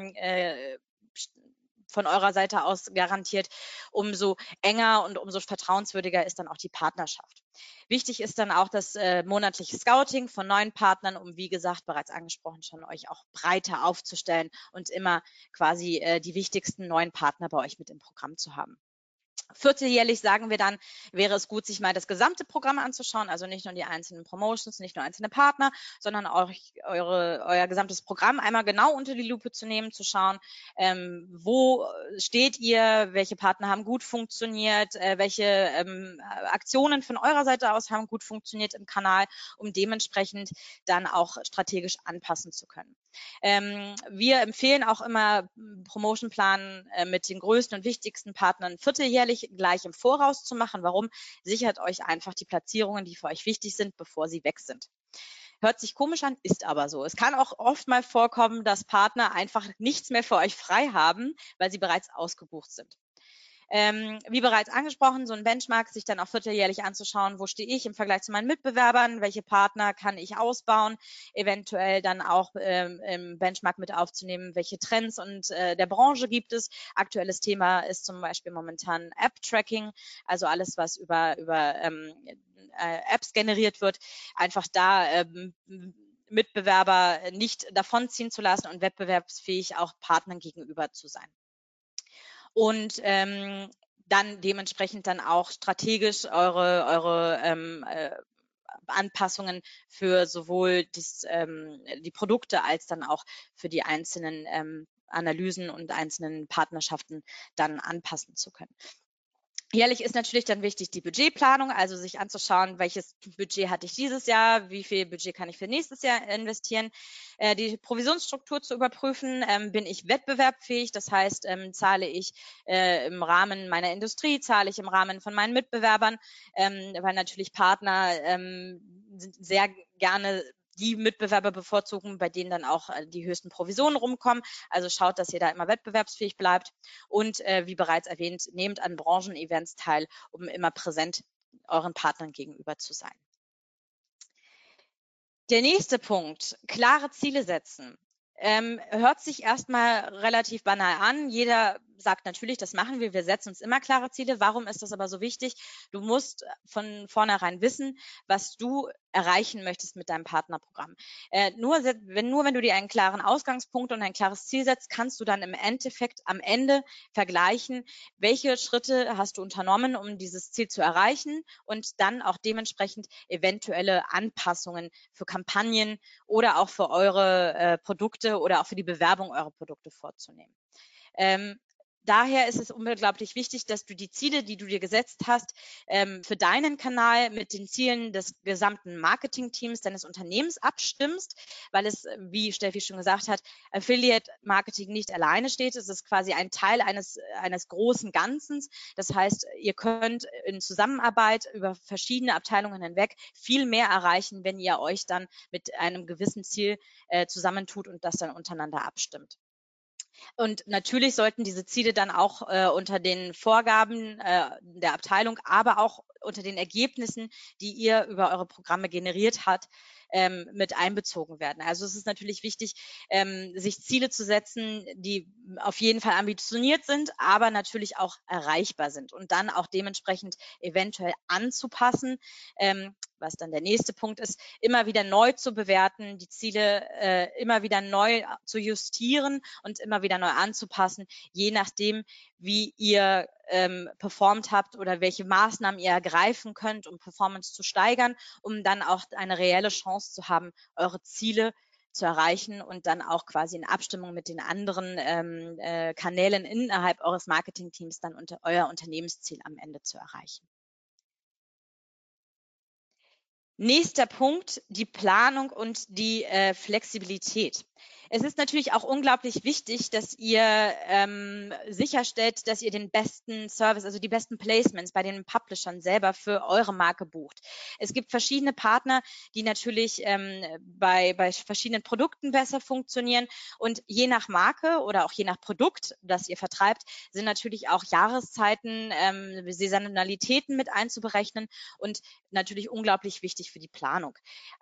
von eurer Seite aus garantiert, umso enger und umso vertrauenswürdiger ist dann auch die Partnerschaft. Wichtig ist dann auch das monatliche Scouting von neuen Partnern, um, wie gesagt, bereits angesprochen, schon euch auch breiter aufzustellen und immer quasi die wichtigsten neuen Partner bei euch mit im Programm zu haben. Vierteljährlich sagen wir dann, wäre es gut, sich mal das gesamte Programm anzuschauen, also nicht nur die einzelnen Promotions, nicht nur einzelne Partner, sondern auch euer gesamtes Programm einmal genau unter die Lupe zu nehmen, zu schauen, wo steht ihr, welche Partner haben gut funktioniert, welche Aktionen von eurer Seite aus haben gut funktioniert im Kanal, um dementsprechend dann auch strategisch anpassen zu können. Wir empfehlen auch immer Promotionplan mit den größten und wichtigsten Partnern vierteljährlich gleich im Voraus zu machen. Warum? Sichert euch einfach die Platzierungen, die für euch wichtig sind, bevor sie weg sind. Hört sich komisch an, ist aber so. Es kann auch oft mal vorkommen, dass Partner einfach nichts mehr für euch frei haben, weil sie bereits ausgebucht sind. Wie bereits angesprochen, so ein Benchmark sich dann auch vierteljährlich anzuschauen, wo stehe ich im Vergleich zu meinen Mitbewerbern, welche Partner kann ich ausbauen, eventuell dann auch im Benchmark mit aufzunehmen, welche Trends und der Branche gibt es. Aktuelles Thema ist zum Beispiel momentan App-Tracking, also alles, was über Apps generiert wird, einfach da Mitbewerber nicht davonziehen zu lassen und wettbewerbsfähig auch Partnern gegenüber zu sein. Und dann dementsprechend dann auch strategisch eure Anpassungen für sowohl die Produkte als dann auch für die einzelnen Analysen und einzelnen Partnerschaften dann anpassen zu können. Jährlich ist natürlich dann wichtig die Budgetplanung, also sich anzuschauen, welches Budget hatte ich dieses Jahr, wie viel Budget kann ich für nächstes Jahr investieren, die Provisionsstruktur zu überprüfen, bin ich wettbewerbsfähig, das heißt, zahle ich im Rahmen meiner Industrie, zahle ich im Rahmen von meinen Mitbewerbern, weil natürlich Partner sehr gerne die Mitbewerber bevorzugen, bei denen dann auch die höchsten Provisionen rumkommen. Also schaut, dass ihr da immer wettbewerbsfähig bleibt. Und wie bereits erwähnt, nehmt an Branchenevents teil, um immer präsent euren Partnern gegenüber zu sein. Der nächste Punkt, klare Ziele setzen. Hört sich erstmal relativ banal an. Jeder sagt natürlich, das machen wir setzen uns immer klare Ziele. Warum ist das aber so wichtig? Du musst von vornherein wissen, was du erreichen möchtest mit deinem Partnerprogramm. Nur wenn du dir einen klaren Ausgangspunkt und ein klares Ziel setzt, kannst du dann im Endeffekt am Ende vergleichen, welche Schritte hast du unternommen, um dieses Ziel zu erreichen und dann auch dementsprechend eventuelle Anpassungen für Kampagnen oder auch für eure Produkte oder auch für die Bewerbung eurer Produkte vorzunehmen. Daher ist es unglaublich wichtig, dass du die Ziele, die du dir gesetzt hast, für deinen Kanal mit den Zielen des gesamten Marketingteams deines Unternehmens abstimmst, weil es, wie Steffi schon gesagt hat, Affiliate-Marketing nicht alleine steht. Es ist quasi ein Teil eines großen Ganzen. Das heißt, ihr könnt in Zusammenarbeit über verschiedene Abteilungen hinweg viel mehr erreichen, wenn ihr euch dann mit einem gewissen Ziel zusammentut und das dann untereinander abstimmt. Und natürlich sollten diese Ziele dann auch unter den Vorgaben der Abteilung, aber auch unter den Ergebnissen, die ihr über eure Programme generiert habt, mit einbezogen werden. Also es ist natürlich wichtig, sich Ziele zu setzen, die auf jeden Fall ambitioniert sind, aber natürlich auch erreichbar sind und dann auch dementsprechend eventuell anzupassen, was dann der nächste Punkt ist, immer wieder neu zu bewerten, die Ziele immer wieder neu zu justieren und immer wieder neu anzupassen, je nachdem, wie ihr performt habt oder welche Maßnahmen ihr ergreifen könnt, um Performance zu steigern, um dann auch eine reelle Chance zu haben, eure Ziele zu erreichen und dann auch quasi in Abstimmung mit den anderen Kanälen innerhalb eures Marketingteams dann euer Unternehmensziel am Ende zu erreichen. Nächster Punkt, die Planung und die Flexibilität. Es ist natürlich auch unglaublich wichtig, dass ihr sicherstellt, dass ihr den besten Service, also die besten Placements bei den Publishern selber für eure Marke bucht. Es gibt verschiedene Partner, die natürlich bei verschiedenen Produkten besser funktionieren, und je nach Marke oder auch je nach Produkt, das ihr vertreibt, sind natürlich auch Jahreszeiten, Saisonalitäten mit einzuberechnen und natürlich unglaublich wichtig für die Planung.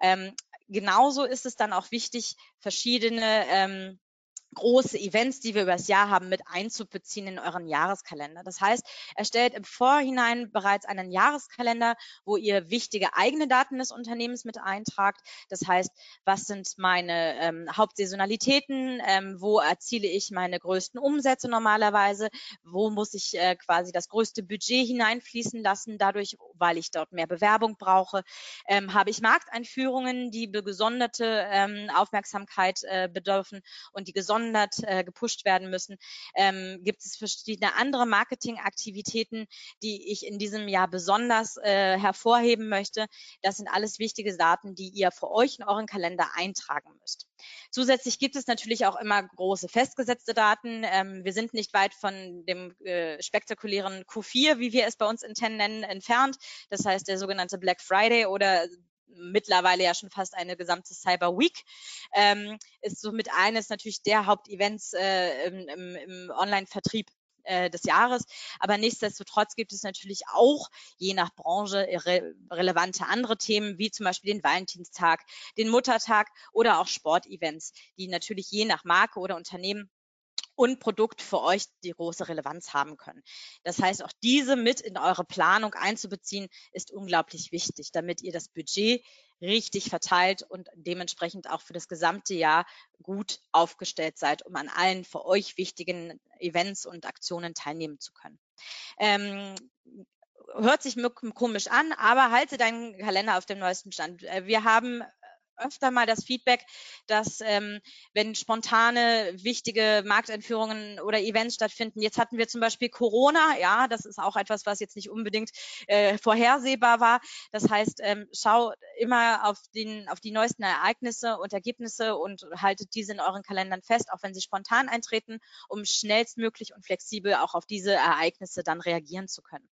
Genauso ist es dann auch wichtig, verschiedene große Events, die wir über das Jahr haben, mit einzubeziehen in euren Jahreskalender. Das heißt, erstellt im Vorhinein bereits einen Jahreskalender, wo ihr wichtige eigene Daten des Unternehmens mit eintragt. Das heißt, was sind meine Hauptsaisonalitäten, wo erziele ich meine größten Umsätze normalerweise, wo muss ich quasi das größte Budget hineinfließen lassen, dadurch, weil ich dort mehr Bewerbung brauche. Habe ich Markteinführungen, die gesonderte Aufmerksamkeit bedürfen und die gesondert gepusht werden müssen, gibt es verschiedene andere Marketingaktivitäten, die ich in diesem Jahr besonders hervorheben möchte. Das sind alles wichtige Daten, die ihr für euch in euren Kalender eintragen müsst. Zusätzlich gibt es natürlich auch immer große festgesetzte Daten. Wir sind nicht weit von dem spektakulären Q4, wie wir es bei uns intern nennen, entfernt. Das heißt, der sogenannte Black Friday oder mittlerweile ja schon fast eine gesamte Cyber Week, ist somit eines natürlich der Hauptevents im Online-Vertrieb des Jahres. Aber nichtsdestotrotz gibt es natürlich auch je nach Branche relevante andere Themen, wie zum Beispiel den Valentinstag, den Muttertag oder auch Sportevents, die natürlich je nach Marke oder Unternehmen und Produkt für euch die große Relevanz haben können. Das heißt, auch diese mit in eure Planung einzubeziehen, ist unglaublich wichtig, damit ihr das Budget richtig verteilt und dementsprechend auch für das gesamte Jahr gut aufgestellt seid, um an allen für euch wichtigen Events und Aktionen teilnehmen zu können. Hört sich komisch an, aber halte deinen Kalender auf dem neuesten Stand. Wir haben öfter mal das Feedback, dass wenn spontane, wichtige Markteinführungen oder Events stattfinden, jetzt hatten wir zum Beispiel Corona, ja, das ist auch etwas, was jetzt nicht unbedingt vorhersehbar war. Das heißt, schau immer auf die neuesten Ereignisse und Ergebnisse und haltet diese in euren Kalendern fest, auch wenn sie spontan eintreten, um schnellstmöglich und flexibel auch auf diese Ereignisse dann reagieren zu können.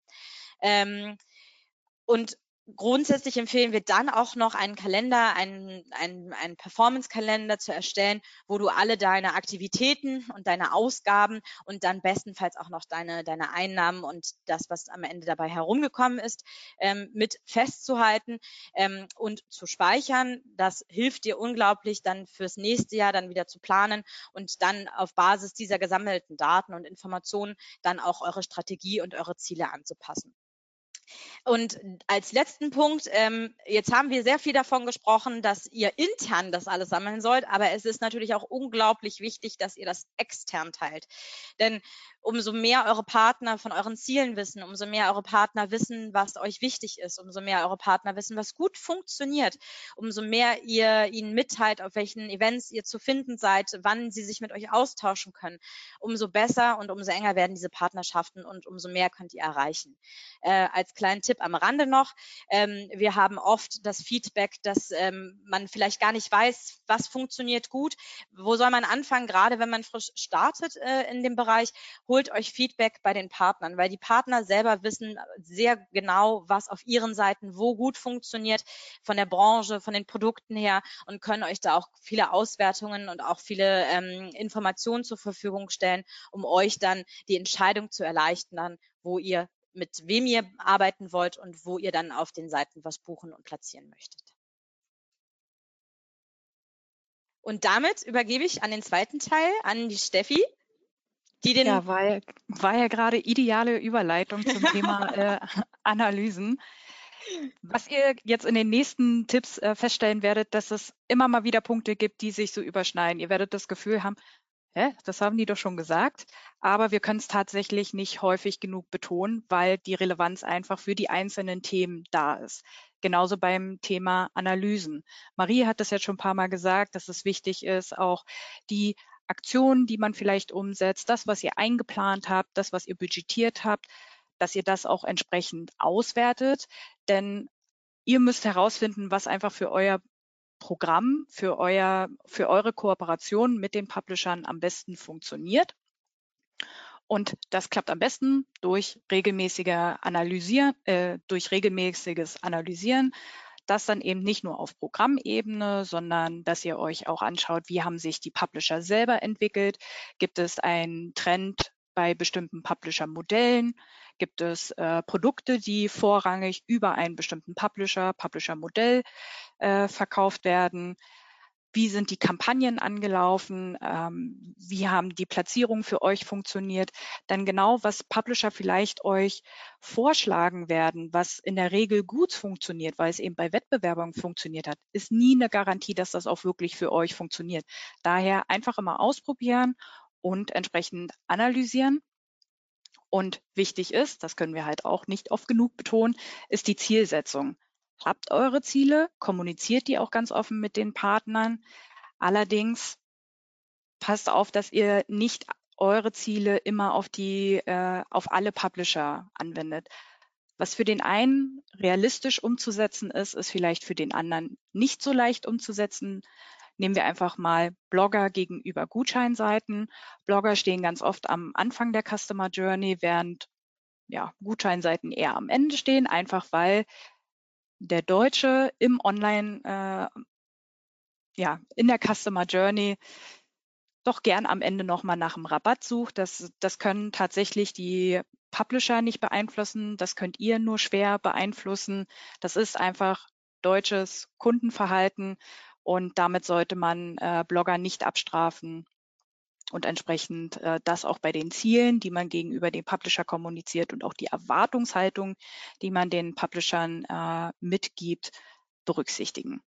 Und grundsätzlich empfehlen wir dann auch noch einen Kalender, einen Performance-Kalender zu erstellen, wo du alle deine Aktivitäten und deine Ausgaben und dann bestenfalls auch noch deine Einnahmen und das, was am Ende dabei herumgekommen ist, mit festzuhalten und zu speichern. Das hilft dir unglaublich, dann fürs nächste Jahr dann wieder zu planen und dann auf Basis dieser gesammelten Daten und Informationen dann auch eure Strategie und eure Ziele anzupassen. Und als letzten Punkt, jetzt haben wir sehr viel davon gesprochen, dass ihr intern das alles sammeln sollt, aber es ist natürlich auch unglaublich wichtig, dass ihr das extern teilt. Denn umso mehr eure Partner von euren Zielen wissen, umso mehr eure Partner wissen, was euch wichtig ist, umso mehr eure Partner wissen, was gut funktioniert, umso mehr ihr ihnen mitteilt, auf welchen Events ihr zu finden seid, wann sie sich mit euch austauschen können, umso besser und umso enger werden diese Partnerschaften und umso mehr könnt ihr erreichen. Als kleinen Tipp am Rande noch, wir haben oft das Feedback, dass man vielleicht gar nicht weiß, was funktioniert gut, wo soll man anfangen, gerade wenn man frisch startet in dem Bereich. Holt euch Feedback bei den Partnern, weil die Partner selber wissen sehr genau, was auf ihren Seiten wo gut funktioniert, von der Branche, von den Produkten her, und können euch da auch viele Auswertungen und auch viele Informationen zur Verfügung stellen, um euch dann die Entscheidung zu erleichtern, mit wem ihr arbeiten wollt und wo ihr dann auf den Seiten was buchen und platzieren möchtet. Und damit übergebe ich an den zweiten Teil an die Steffi. Ja, war ja gerade ideale Überleitung zum Thema Analysen. Was ihr jetzt in den nächsten Tipps feststellen werdet, dass es immer mal wieder Punkte gibt, die sich so überschneiden. Ihr werdet das Gefühl haben, das haben die doch schon gesagt, aber wir können es tatsächlich nicht häufig genug betonen, weil die Relevanz einfach für die einzelnen Themen da ist. Genauso beim Thema Analysen. Marie hat das jetzt schon ein paar Mal gesagt, dass es wichtig ist, auch die Aktionen, die man vielleicht umsetzt, das, was ihr eingeplant habt, das, was ihr budgetiert habt, dass ihr das auch entsprechend auswertet. Denn ihr müsst herausfinden, was einfach für euer Programm, für eure Kooperation mit den Publishern am besten funktioniert. Und das klappt am besten durch regelmäßiges Analysieren, das dann eben nicht nur auf Programmebene, sondern dass ihr euch auch anschaut, wie haben sich die Publisher selber entwickelt? Gibt es einen Trend bei bestimmten Publisher-Modellen? Gibt es Produkte, die vorrangig über einen bestimmten Publisher-Modell verkauft werden? Wie sind die Kampagnen angelaufen? Wie haben die Platzierungen für euch funktioniert? Dann genau, was Publisher vielleicht euch vorschlagen werden, was in der Regel gut funktioniert, weil es eben bei Wettbewerbern funktioniert hat, ist nie eine Garantie, dass das auch wirklich für euch funktioniert. Daher einfach immer ausprobieren und entsprechend analysieren. Und wichtig ist, das können wir halt auch nicht oft genug betonen, ist die Zielsetzung. Habt eure Ziele, kommuniziert die auch ganz offen mit den Partnern. Allerdings passt auf, dass ihr nicht eure Ziele immer auf alle Publisher anwendet. Was für den einen realistisch umzusetzen ist, ist vielleicht für den anderen nicht so leicht umzusetzen. Nehmen wir einfach mal Blogger gegenüber Gutscheinseiten. Blogger stehen ganz oft am Anfang der Customer Journey, während Gutscheinseiten eher am Ende stehen, einfach weil der Deutsche im Online, in der Customer Journey doch gern am Ende nochmal nach einem Rabatt sucht. Das können tatsächlich die Publisher nicht beeinflussen. Das könnt ihr nur schwer beeinflussen. Das ist einfach deutsches Kundenverhalten und damit sollte man Blogger nicht abstrafen und entsprechend das auch bei den Zielen, die man gegenüber dem Publisher kommuniziert und auch die Erwartungshaltung, die man den Publishern mitgibt, berücksichtigen.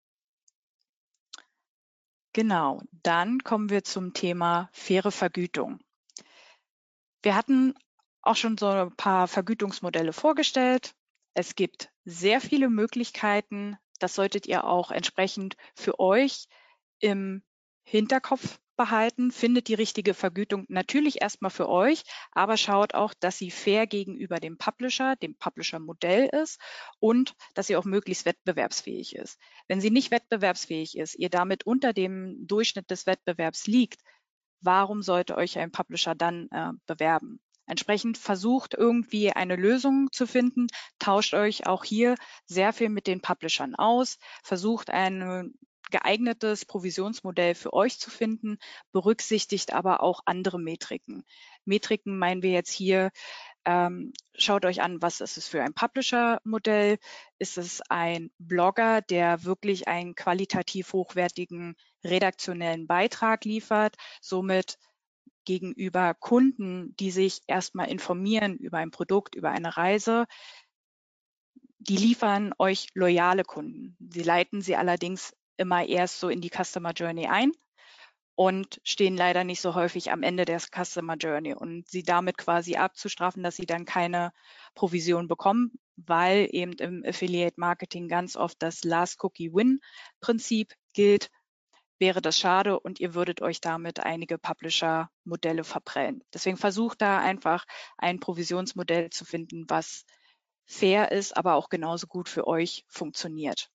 Genau, dann kommen wir zum Thema faire Vergütung. Wir hatten auch schon so ein paar Vergütungsmodelle vorgestellt. Es gibt sehr viele Möglichkeiten. Das solltet ihr auch entsprechend für euch im Hinterkopf behalten. Findet die richtige Vergütung natürlich erstmal für euch, aber schaut auch, dass sie fair gegenüber dem Publisher-Modell ist und dass sie auch möglichst wettbewerbsfähig ist. Wenn sie nicht wettbewerbsfähig ist, ihr damit unter dem Durchschnitt des Wettbewerbs liegt, warum sollte euch ein Publisher dann bewerben? Entsprechend versucht irgendwie eine Lösung zu finden, tauscht euch auch hier sehr viel mit den Publishern aus, versucht ein geeignetes Provisionsmodell für euch zu finden, berücksichtigt aber auch andere Metriken. Metriken meinen wir jetzt hier, schaut euch an, was ist es für ein Publisher-Modell? Ist es ein Blogger, der wirklich einen qualitativ hochwertigen redaktionellen Beitrag liefert, somit gegenüber Kunden, die sich erstmal informieren über ein Produkt, über eine Reise, die liefern euch loyale Kunden. Sie leiten sie allerdings immer erst so in die Customer Journey ein und stehen leider nicht so häufig am Ende der Customer Journey und sie damit quasi abzustrafen, dass sie dann keine Provision bekommen, weil eben im Affiliate Marketing ganz oft das Last Cookie Win Prinzip gilt, wäre das schade und ihr würdet euch damit einige Publisher-Modelle verprellen. Deswegen versucht da einfach ein Provisionsmodell zu finden, was fair ist, aber auch genauso gut für euch funktioniert.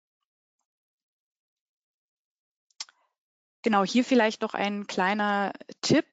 Genau, hier vielleicht noch ein kleiner Tipp.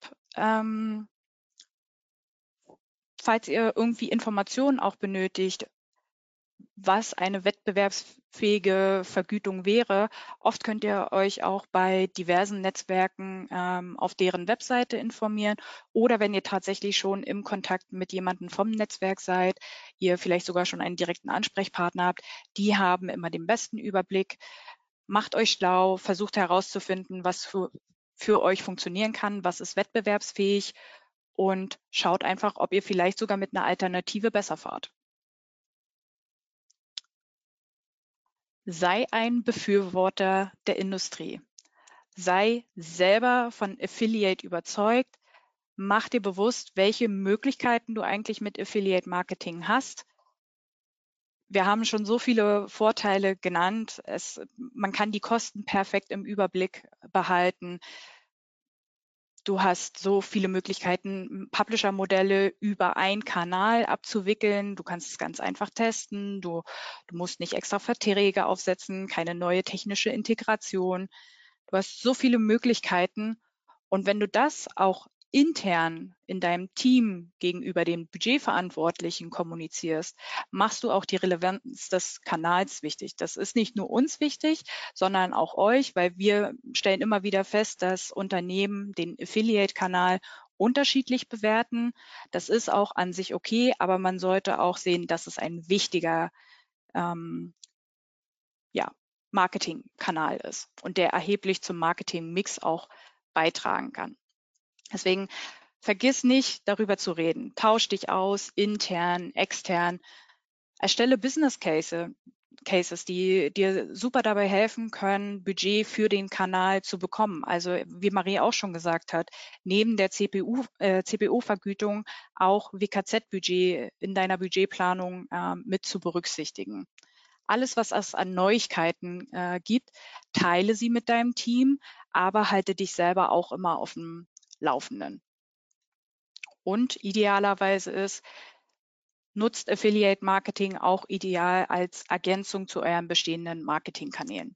Falls ihr irgendwie Informationen auch benötigt, was eine wettbewerbsfähige Vergütung wäre. Oft könnt ihr euch auch bei diversen Netzwerken auf deren Webseite informieren oder wenn ihr tatsächlich schon im Kontakt mit jemandem vom Netzwerk seid, ihr vielleicht sogar schon einen direkten Ansprechpartner habt, die haben immer den besten Überblick. Macht euch schlau, versucht herauszufinden, was für euch funktionieren kann, was ist wettbewerbsfähig und schaut einfach, ob ihr vielleicht sogar mit einer Alternative besser fahrt. Sei ein Befürworter der Industrie. Sei selber von Affiliate überzeugt. Mach dir bewusst, welche Möglichkeiten du eigentlich mit Affiliate Marketing hast. Wir haben schon so viele Vorteile genannt. Man kann die Kosten perfekt im Überblick behalten. Du hast so viele Möglichkeiten, Publisher-Modelle über einen Kanal abzuwickeln. Du kannst es ganz einfach testen. Du musst nicht extra Verträge aufsetzen, keine neue technische Integration. Du hast so viele Möglichkeiten. Und wenn du das auch intern in deinem Team gegenüber den Budgetverantwortlichen kommunizierst, machst du auch die Relevanz des Kanals wichtig. Das ist nicht nur uns wichtig, sondern auch euch, weil wir stellen immer wieder fest, dass Unternehmen den Affiliate-Kanal unterschiedlich bewerten. Das ist auch an sich okay, aber man sollte auch sehen, dass es ein wichtiger Marketingkanal ist und der erheblich zum Marketingmix auch beitragen kann. Deswegen vergiss nicht, darüber zu reden. Tausch dich aus, intern, extern. Erstelle Business Cases, die dir super dabei helfen können, Budget für den Kanal zu bekommen. Also wie Marie auch schon gesagt hat, neben der CPO-Vergütung auch WKZ-Budget in deiner Budgetplanung mit zu berücksichtigen. Alles, was es an Neuigkeiten gibt, teile sie mit deinem Team, aber halte dich selber auch immer auf dem Laufenden. Und idealerweise nutzt Affiliate Marketing auch ideal als Ergänzung zu euren bestehenden Marketingkanälen.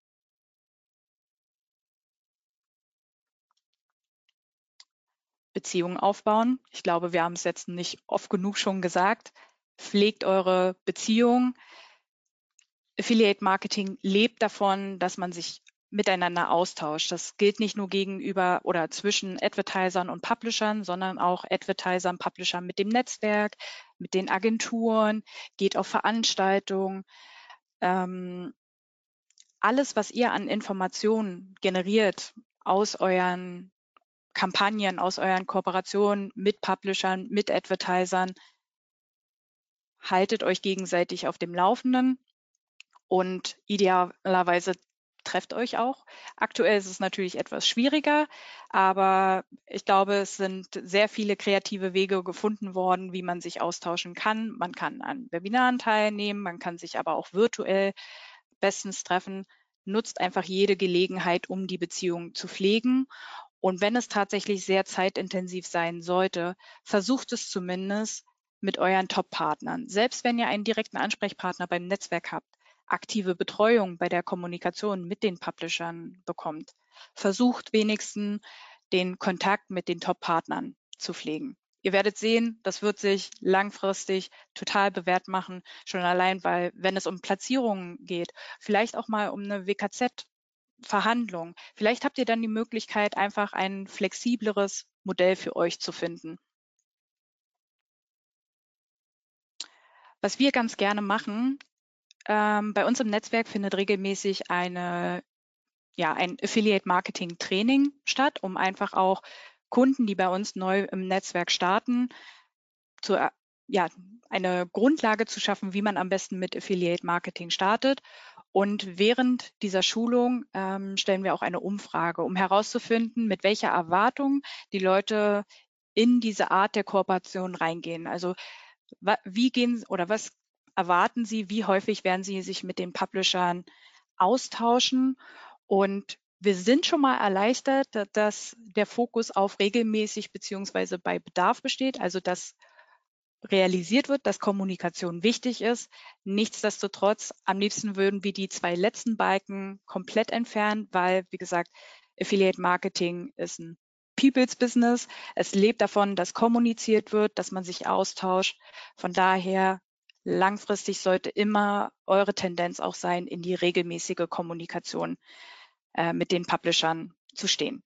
Beziehungen aufbauen. Ich glaube, wir haben es jetzt nicht oft genug schon gesagt. Pflegt eure Beziehungen. Affiliate Marketing lebt davon, dass man sich miteinander austauscht. Das gilt nicht nur gegenüber oder zwischen Advertisern und Publishern, sondern auch Advertisern, Publishern mit dem Netzwerk, mit den Agenturen, geht auf Veranstaltungen. Alles, was ihr an Informationen generiert aus euren Kampagnen, aus euren Kooperationen mit Publishern, mit Advertisern, haltet euch gegenseitig auf dem Laufenden und idealerweise trefft euch auch. Aktuell ist es natürlich etwas schwieriger, aber ich glaube, es sind sehr viele kreative Wege gefunden worden, wie man sich austauschen kann. Man kann an Webinaren teilnehmen, man kann sich aber auch virtuell bestens treffen. Nutzt einfach jede Gelegenheit, um die Beziehung zu pflegen. Und wenn es tatsächlich sehr zeitintensiv sein sollte, versucht es zumindest mit euren Top-Partnern. Selbst wenn ihr einen direkten Ansprechpartner beim Netzwerk habt, aktive Betreuung bei der Kommunikation mit den Publishern bekommt, versucht wenigstens den Kontakt mit den Top-Partnern zu pflegen. Ihr werdet sehen, das wird sich langfristig total bewährt machen, schon allein, weil wenn es um Platzierungen geht, vielleicht auch mal um eine WKZ-Verhandlung, vielleicht habt ihr dann die Möglichkeit, einfach ein flexibleres Modell für euch zu finden. Was wir ganz gerne machen, bei uns im Netzwerk findet regelmäßig ein Affiliate-Marketing-Training statt, um einfach auch Kunden, die bei uns neu im Netzwerk starten, eine Grundlage zu schaffen, wie man am besten mit Affiliate-Marketing startet. Und während dieser Schulung stellen wir auch eine Umfrage, um herauszufinden, mit welcher Erwartung die Leute in diese Art der Kooperation reingehen. Also was erwarten Sie, wie häufig werden Sie sich mit den Publishern austauschen? Und wir sind schon mal erleichtert, dass der Fokus auf regelmäßig beziehungsweise bei Bedarf besteht, also dass realisiert wird, dass Kommunikation wichtig ist. Nichtsdestotrotz, am liebsten würden wir die 2 letzten Balken komplett entfernen, weil, wie gesagt, Affiliate Marketing ist ein People's Business. Es lebt davon, dass kommuniziert wird, dass man sich austauscht. Von daher langfristig sollte immer eure Tendenz auch sein, in die regelmäßige Kommunikation mit den Publishern zu stehen.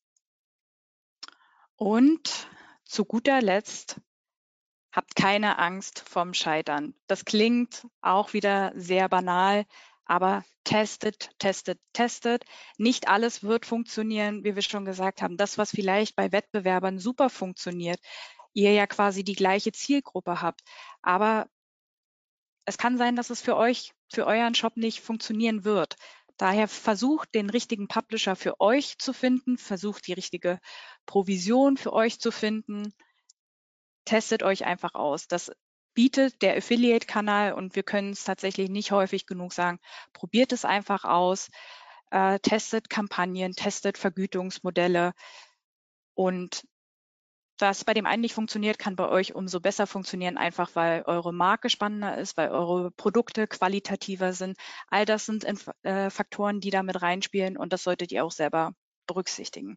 Und zu guter Letzt, habt keine Angst vom Scheitern. Das klingt auch wieder sehr banal, aber testet. Nicht alles wird funktionieren, wie wir schon gesagt haben. Das, was vielleicht bei Wettbewerbern super funktioniert, ihr ja quasi die gleiche Zielgruppe habt, aber es kann sein, dass es für euren Shop nicht funktionieren wird. Daher versucht, den richtigen Publisher für euch zu finden, versucht, die richtige Provision für euch zu finden. Testet euch einfach aus. Das bietet der Affiliate-Kanal und wir können es tatsächlich nicht häufig genug sagen. Probiert es einfach aus, testet Kampagnen, testet Vergütungsmodelle. Und was bei dem einen nicht funktioniert, kann bei euch umso besser funktionieren, einfach weil eure Marke spannender ist, weil eure Produkte qualitativer sind. All das sind Faktoren, die da mit reinspielen und das solltet ihr auch selber berücksichtigen.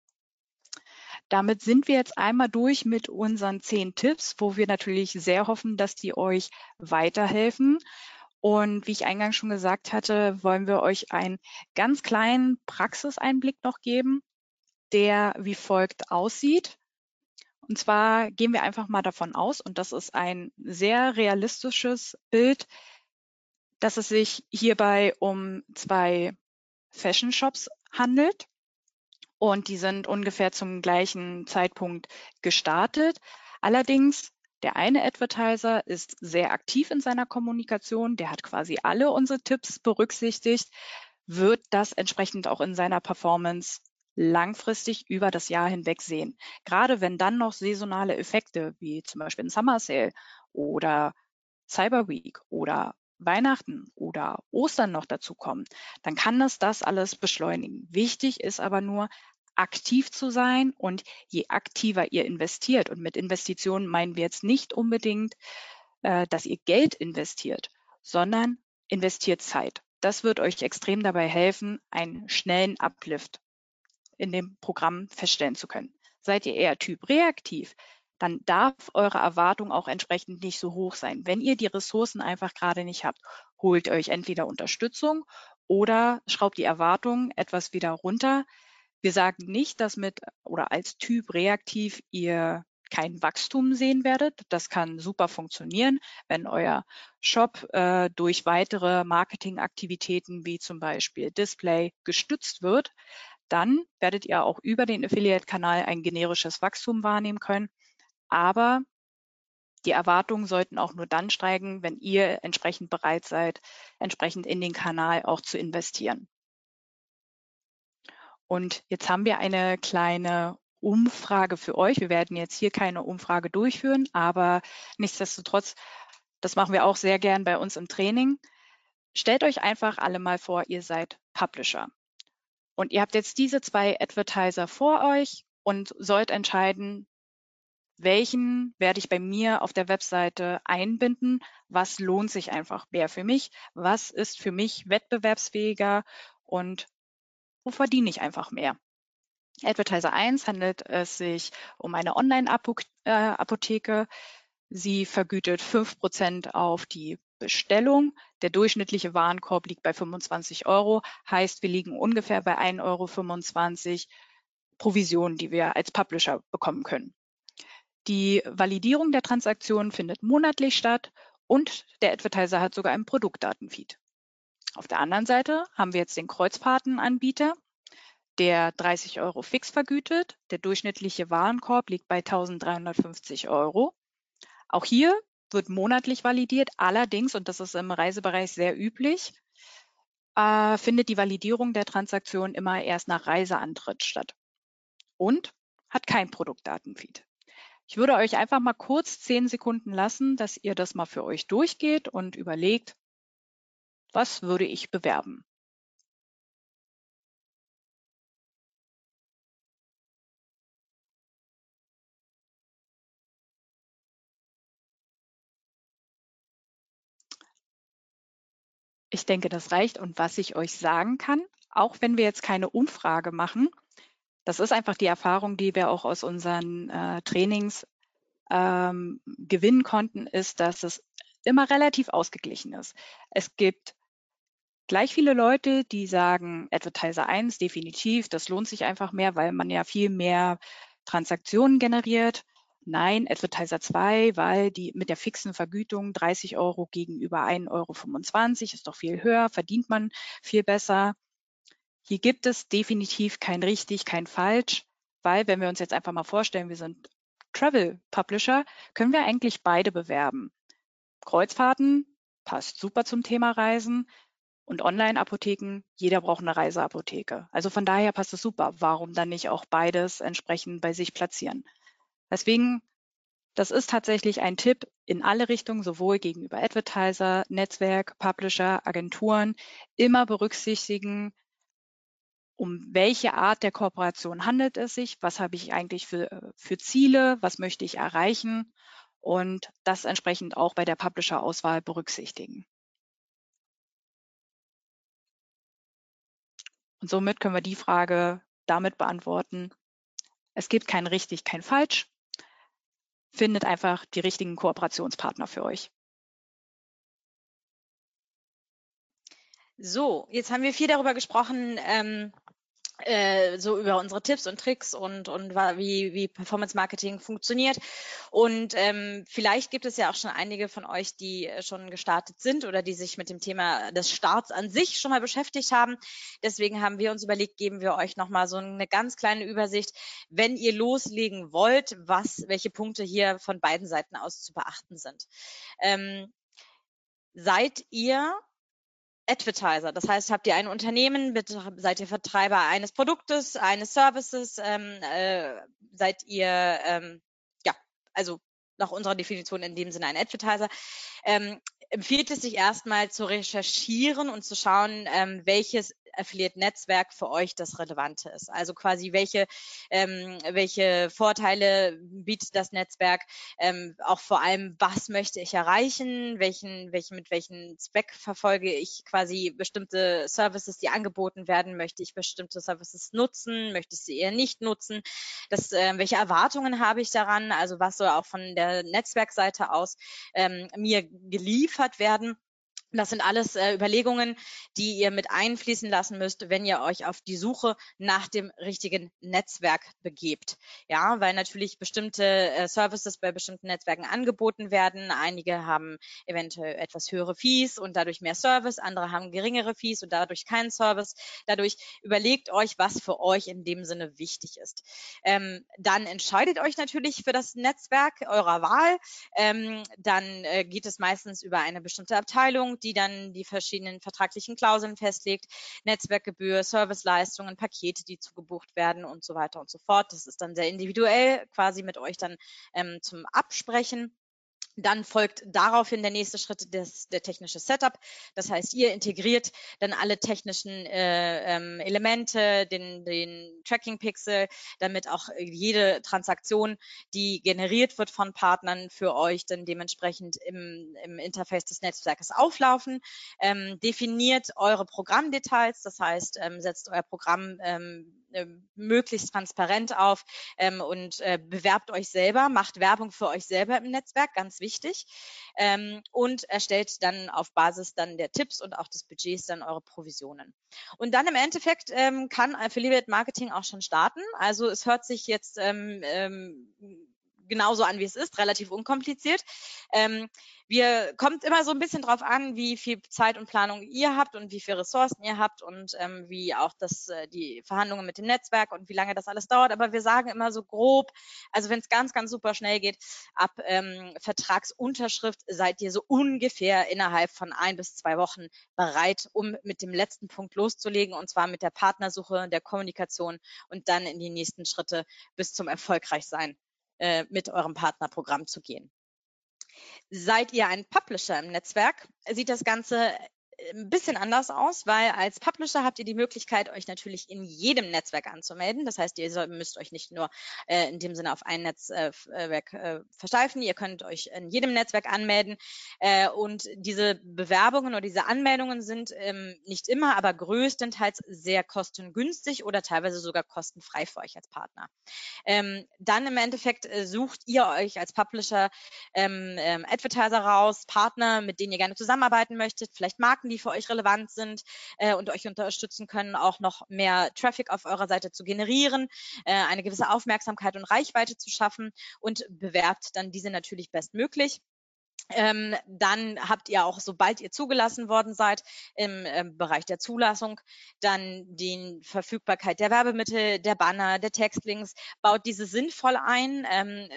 Damit sind wir jetzt einmal durch mit unseren 10 Tipps, wo wir natürlich sehr hoffen, dass die euch weiterhelfen. Und wie ich eingangs schon gesagt hatte, wollen wir euch einen ganz kleinen Praxiseinblick noch geben, der wie folgt aussieht. Und zwar gehen wir einfach mal davon aus, und das ist ein sehr realistisches Bild, dass es sich hierbei um 2 Fashion Shops handelt. Und die sind ungefähr zum gleichen Zeitpunkt gestartet. Allerdings, der eine Advertiser ist sehr aktiv in seiner Kommunikation, der hat quasi alle unsere Tipps berücksichtigt, wird das entsprechend auch in seiner Performance langfristig über das Jahr hinweg sehen. Gerade wenn dann noch saisonale Effekte wie zum Beispiel ein Summer Sale oder Cyber Week oder Weihnachten oder Ostern noch dazu kommen, dann kann es das alles beschleunigen. Wichtig ist aber nur, aktiv zu sein und je aktiver ihr investiert, und mit Investitionen meinen wir jetzt nicht unbedingt, dass ihr Geld investiert, sondern investiert Zeit. Das wird euch extrem dabei helfen, einen schnellen Uplift in dem Programm feststellen zu können. Seid ihr eher Typ reaktiv, dann darf eure Erwartung auch entsprechend nicht so hoch sein. Wenn ihr die Ressourcen einfach gerade nicht habt, holt euch entweder Unterstützung oder schraubt die Erwartungen etwas wieder runter. Wir sagen nicht, dass mit oder als Typ reaktiv ihr kein Wachstum sehen werdet. Das kann super funktionieren, wenn euer Shop durch weitere Marketingaktivitäten wie zum Beispiel Display gestützt wird. Dann werdet ihr auch über den Affiliate-Kanal ein generisches Wachstum wahrnehmen können. Aber die Erwartungen sollten auch nur dann steigen, wenn ihr entsprechend bereit seid, entsprechend in den Kanal auch zu investieren. Und jetzt haben wir eine kleine Umfrage für euch. Wir werden jetzt hier keine Umfrage durchführen, aber nichtsdestotrotz, das machen wir auch sehr gern bei uns im Training. Stellt euch einfach alle mal vor, ihr seid Publisher. Und ihr habt jetzt diese 2 Advertiser vor euch und sollt entscheiden, welchen werde ich bei mir auf der Webseite einbinden, was lohnt sich einfach mehr für mich, was ist für mich wettbewerbsfähiger und wo verdiene ich einfach mehr. Advertiser 1 handelt es sich um eine Online-Apotheke. Sie vergütet 5% auf die Bestellung. Der durchschnittliche Warenkorb liegt bei 25 €, heißt, wir liegen ungefähr bei 1,25 € Provision, die wir als Publisher bekommen können. Die Validierung der Transaktion findet monatlich statt und der Advertiser hat sogar einen Produktdatenfeed. Auf der anderen Seite haben wir jetzt den Kreuzfahrtenanbieter, der 30 € fix vergütet. Der durchschnittliche Warenkorb liegt bei 1.350 €. Auch hier wird monatlich validiert. Allerdings, und das ist im Reisebereich sehr üblich, findet die Validierung der Transaktion immer erst nach Reiseantritt statt und hat kein Produktdatenfeed. Ich würde euch einfach mal kurz 10 Sekunden lassen, dass ihr das mal für euch durchgeht und überlegt, was würde ich bewerben? Ich denke, das reicht. Und was ich euch sagen kann, auch wenn wir jetzt keine Umfrage machen, das ist einfach die Erfahrung, die wir auch aus unseren Trainings gewinnen konnten, ist, dass es immer relativ ausgeglichen ist. Es gibt gleich viele Leute, die sagen, Advertiser 1 definitiv, das lohnt sich einfach mehr, weil man ja viel mehr Transaktionen generiert. Nein, Advertiser 2, weil die mit der fixen Vergütung 30 € gegenüber 1,25 € ist doch viel höher, verdient man viel besser. Hier gibt es definitiv kein richtig, kein falsch, weil wenn wir uns jetzt einfach mal vorstellen, wir sind Travel Publisher, können wir eigentlich beide bewerben. Kreuzfahrten passt super zum Thema Reisen und Online-Apotheken, jeder braucht eine Reiseapotheke. Also von daher passt es super. Warum dann nicht auch beides entsprechend bei sich platzieren? Deswegen, das ist tatsächlich ein Tipp in alle Richtungen, sowohl gegenüber Advertiser, Netzwerk, Publisher, Agenturen. Immer berücksichtigen, um welche Art der Kooperation handelt es sich, was habe ich eigentlich für Ziele, was möchte ich erreichen und das entsprechend auch bei der Publisher-Auswahl berücksichtigen. Und somit können wir die Frage damit beantworten, es gibt kein richtig, kein falsch. Findet einfach die richtigen Kooperationspartner für euch. So, jetzt haben wir viel darüber gesprochen, so über unsere Tipps und Tricks und wie Performance Marketing funktioniert. Und vielleicht gibt es ja auch schon einige von euch, die schon gestartet sind oder die sich mit dem Thema des Starts an sich schon mal beschäftigt haben. Deswegen haben wir uns überlegt, geben wir euch nochmal so eine ganz kleine Übersicht, wenn ihr loslegen wollt, welche Punkte hier von beiden Seiten aus zu beachten sind. Seid ihr Advertiser, das heißt, habt ihr ein Unternehmen, seid ihr Vertreiber eines Produktes, eines Services, seid ihr, also nach unserer Definition in dem Sinne ein Advertiser, empfiehlt es sich erstmal zu recherchieren und zu schauen, welches Affiliate-Netzwerk für euch das Relevante ist. Also quasi welche Vorteile bietet das Netzwerk, auch vor allem, was möchte ich erreichen, mit welchem Zweck verfolge ich quasi bestimmte Services, die angeboten werden, möchte ich bestimmte Services nutzen, möchte ich sie eher nicht nutzen, welche Erwartungen habe ich daran, also was soll auch von der Netzwerkseite aus mir geliefert werden. Das sind alles Überlegungen, die ihr mit einfließen lassen müsst, wenn ihr euch auf die Suche nach dem richtigen Netzwerk begebt. Ja, weil natürlich bestimmte Services bei bestimmten Netzwerken angeboten werden. Einige haben eventuell etwas höhere Fees und dadurch mehr Service. Andere haben geringere Fees und dadurch keinen Service. Dadurch überlegt euch, was für euch in dem Sinne wichtig ist. Dann entscheidet euch natürlich für das Netzwerk eurer Wahl. Dann geht es meistens über eine bestimmte Abteilung, die dann die verschiedenen vertraglichen Klauseln festlegt, Netzwerkgebühr, Serviceleistungen, Pakete, die zugebucht werden und so weiter und so fort. Das ist dann sehr individuell quasi mit euch dann zum Absprechen. Dann folgt daraufhin der nächste Schritt, der technische Setup. Das heißt, ihr integriert dann alle technischen Elemente, den Tracking-Pixel, damit auch jede Transaktion, die generiert wird von Partnern, für euch dann dementsprechend im Interface des Netzwerkes auflaufen. Definiert eure Programmdetails, das heißt, setzt euer Programm möglichst transparent auf und bewerbt euch selber, macht Werbung für euch selber im Netzwerk, ganz wichtig, und erstellt dann auf Basis dann der Tipps und auch des Budgets dann eure Provisionen. Und dann im Endeffekt kann Affiliate Marketing auch schon starten. Also es hört sich jetzt genauso an, wie es ist, relativ unkompliziert. Kommt immer so ein bisschen drauf an, wie viel Zeit und Planung ihr habt und wie viele Ressourcen ihr habt und wie auch die Verhandlungen mit dem Netzwerk und wie lange das alles dauert. Aber wir sagen immer so grob, also wenn es ganz, ganz super schnell geht, ab Vertragsunterschrift seid ihr so ungefähr innerhalb von 1 bis 2 Wochen bereit, um mit dem letzten Punkt loszulegen, und zwar mit der Partnersuche, der Kommunikation und dann in die nächsten Schritte bis zum Erfolgreichsein mit eurem Partnerprogramm zu gehen. Seid ihr ein Publisher im Netzwerk, sieht das Ganze ein bisschen anders aus, weil als Publisher habt ihr die Möglichkeit, euch natürlich in jedem Netzwerk anzumelden. Das heißt, ihr müsst euch nicht nur in dem Sinne auf ein Netzwerk versteifen. Ihr könnt euch in jedem Netzwerk anmelden. Und diese Bewerbungen oder diese Anmeldungen sind nicht immer, aber größtenteils sehr kostengünstig oder teilweise sogar kostenfrei für euch als Partner. Dann im Endeffekt sucht ihr euch als Publisher Advertiser raus, Partner, mit denen ihr gerne zusammenarbeiten möchtet, vielleicht Marken, die für euch relevant sind und euch unterstützen können, auch noch mehr Traffic auf eurer Seite zu generieren, eine gewisse Aufmerksamkeit und Reichweite zu schaffen, und bewerbt dann diese natürlich bestmöglich. Dann habt ihr auch, sobald ihr zugelassen worden seid im Bereich der Zulassung, dann die Verfügbarkeit der Werbemittel, der Banner, der Textlinks, baut diese sinnvoll ein.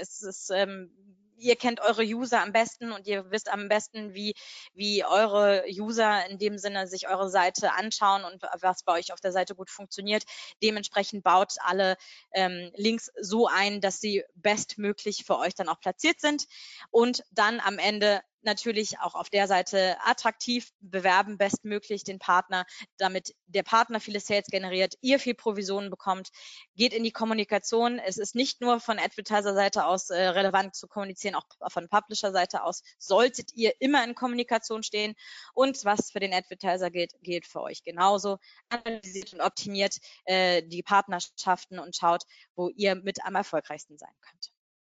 Ihr kennt eure User am besten und ihr wisst am besten, wie eure User in dem Sinne sich eure Seite anschauen und was bei euch auf der Seite gut funktioniert. Dementsprechend baut alle Links so ein, dass sie bestmöglich für euch dann auch platziert sind. Und dann am Ende natürlich auch auf der Seite attraktiv bewerben, bestmöglich den Partner, damit der Partner viele Sales generiert, ihr viel Provisionen bekommt. Geht in die Kommunikation. Es ist nicht nur von Advertiser-Seite aus relevant zu kommunizieren, auch von Publisher-Seite aus solltet ihr immer in Kommunikation stehen. Und was für den Advertiser gilt für euch genauso. Analysiert und optimiert die Partnerschaften und schaut, wo ihr mit am erfolgreichsten sein könnt.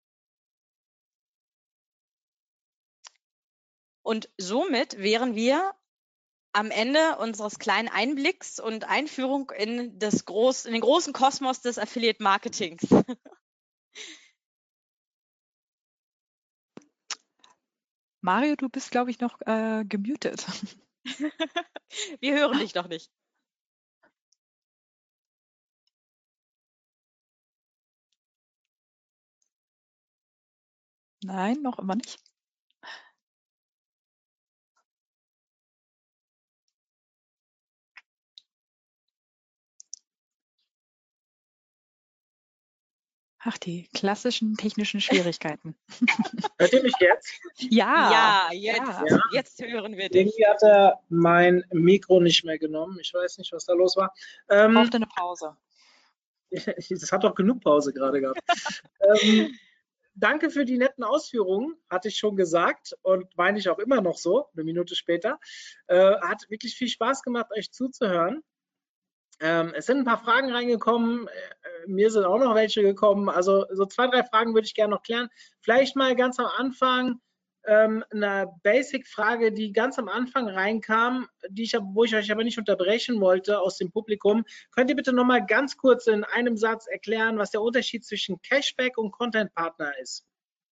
Und somit wären wir am Ende unseres kleinen Einblicks und Einführung in den großen Kosmos des Affiliate Marketings. Mario, du bist, glaube ich, noch gemutet. Wir hören dich doch nicht. Nein, noch immer nicht. Ach, die klassischen technischen Schwierigkeiten. Hört ihr mich jetzt? Ja, Jetzt hören wir dich. Irgendwie hat er mein Mikro nicht mehr genommen. Ich weiß nicht, was da los war. Brauchte eine Pause. Das hat doch genug Pause gerade gehabt. Danke für die netten Ausführungen, hatte ich schon gesagt und meine ich auch immer noch so, eine Minute später. Hat wirklich viel Spaß gemacht, euch zuzuhören. Es sind ein paar Fragen reingekommen, mir sind auch noch welche gekommen. Also so 2, 3 Fragen würde ich gerne noch klären. Vielleicht mal ganz am Anfang eine Basic-Frage, die ganz am Anfang reinkam, wo ich euch aber nicht unterbrechen wollte aus dem Publikum. Könnt ihr bitte noch mal ganz kurz in einem Satz erklären, was der Unterschied zwischen Cashback und Content Partner ist?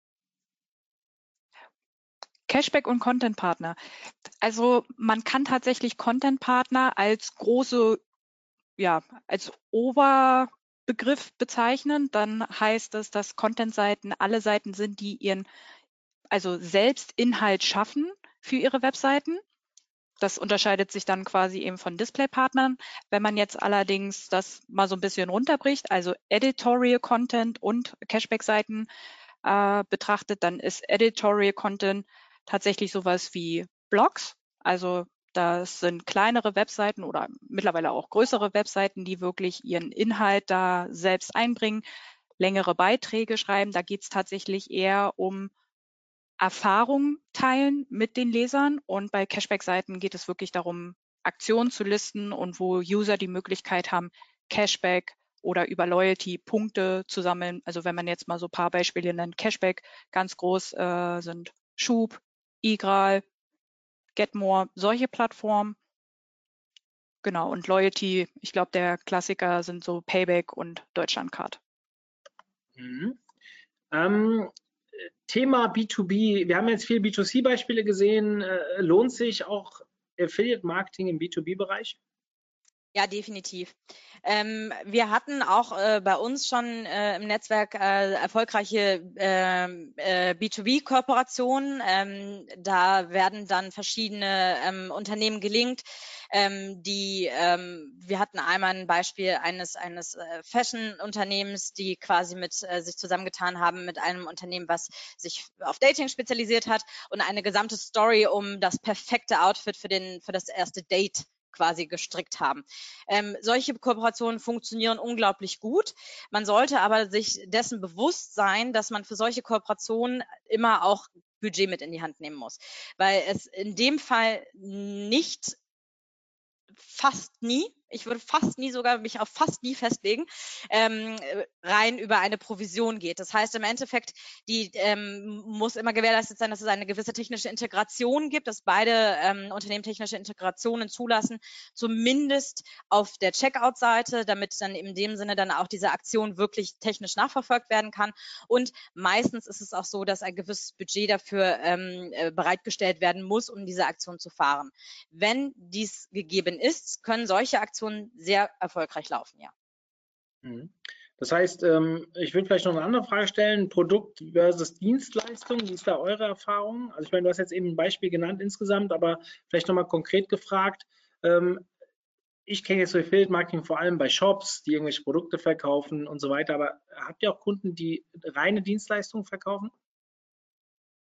Cashback und Content Partner. Also man kann tatsächlich Content Partner als große, als Oberbegriff bezeichnen. Dann heißt es, dass Content-Seiten alle Seiten sind, die selbst Inhalt schaffen für ihre Webseiten. Das unterscheidet sich dann quasi eben von Displaypartnern. Wenn man jetzt allerdings das mal so ein bisschen runterbricht, also Editorial Content und Cashback-Seiten betrachtet, dann ist Editorial Content tatsächlich sowas wie Blogs. Also das sind kleinere Webseiten oder mittlerweile auch größere Webseiten, die wirklich ihren Inhalt da selbst einbringen, längere Beiträge schreiben. Da geht es tatsächlich eher um Erfahrung teilen mit den Lesern, und bei Cashback-Seiten geht es wirklich darum, Aktionen zu listen und wo User die Möglichkeit haben, Cashback oder über Loyalty Punkte zu sammeln. Also wenn man jetzt mal so ein paar Beispiele nennt, Cashback ganz groß sind Schub, Igral, Getmore, solche Plattformen. Genau, und Loyalty, ich glaube, der Klassiker sind so Payback und Deutschlandcard. Mhm. Thema B2B, wir haben jetzt viele B2C-Beispiele gesehen. Lohnt sich auch Affiliate-Marketing im B2B-Bereich? Ja, definitiv. Wir hatten auch bei uns schon im Netzwerk erfolgreiche B2B-Kooperationen. Da werden dann verschiedene Unternehmen gelinkt. Wir hatten einmal ein Beispiel eines Fashion-Unternehmens, die quasi sich zusammengetan haben mit einem Unternehmen, was sich auf Dating spezialisiert hat und eine gesamte Story um das perfekte Outfit für das erste Date quasi gestrickt haben. Solche Kooperationen funktionieren unglaublich gut. Man sollte aber sich dessen bewusst sein, dass man für solche Kooperationen immer auch Budget mit in die Hand nehmen muss, weil es in dem Fall fast nie, ich würde fast nie sogar mich auf fast nie festlegen, rein über eine Provision geht. Das heißt im Endeffekt, die muss immer gewährleistet sein, dass es eine gewisse technische Integration gibt, dass beide Unternehmen technische Integrationen zulassen, zumindest auf der Checkout-Seite, damit dann in dem Sinne dann auch diese Aktion wirklich technisch nachverfolgt werden kann. Und meistens ist es auch so, dass ein gewisses Budget dafür bereitgestellt werden muss, um diese Aktion zu fahren. Wenn dies gegeben ist, können solche Aktionen sehr erfolgreich laufen, ja. Das heißt, ich würde vielleicht noch eine andere Frage stellen, Produkt versus Dienstleistung, wie ist da eure Erfahrung? Also ich meine, du hast jetzt eben ein Beispiel genannt insgesamt, aber vielleicht nochmal konkret gefragt. Ich kenne jetzt so Affiliate Marketing vor allem bei Shops, die irgendwelche Produkte verkaufen und so weiter, aber habt ihr auch Kunden, die reine Dienstleistungen verkaufen?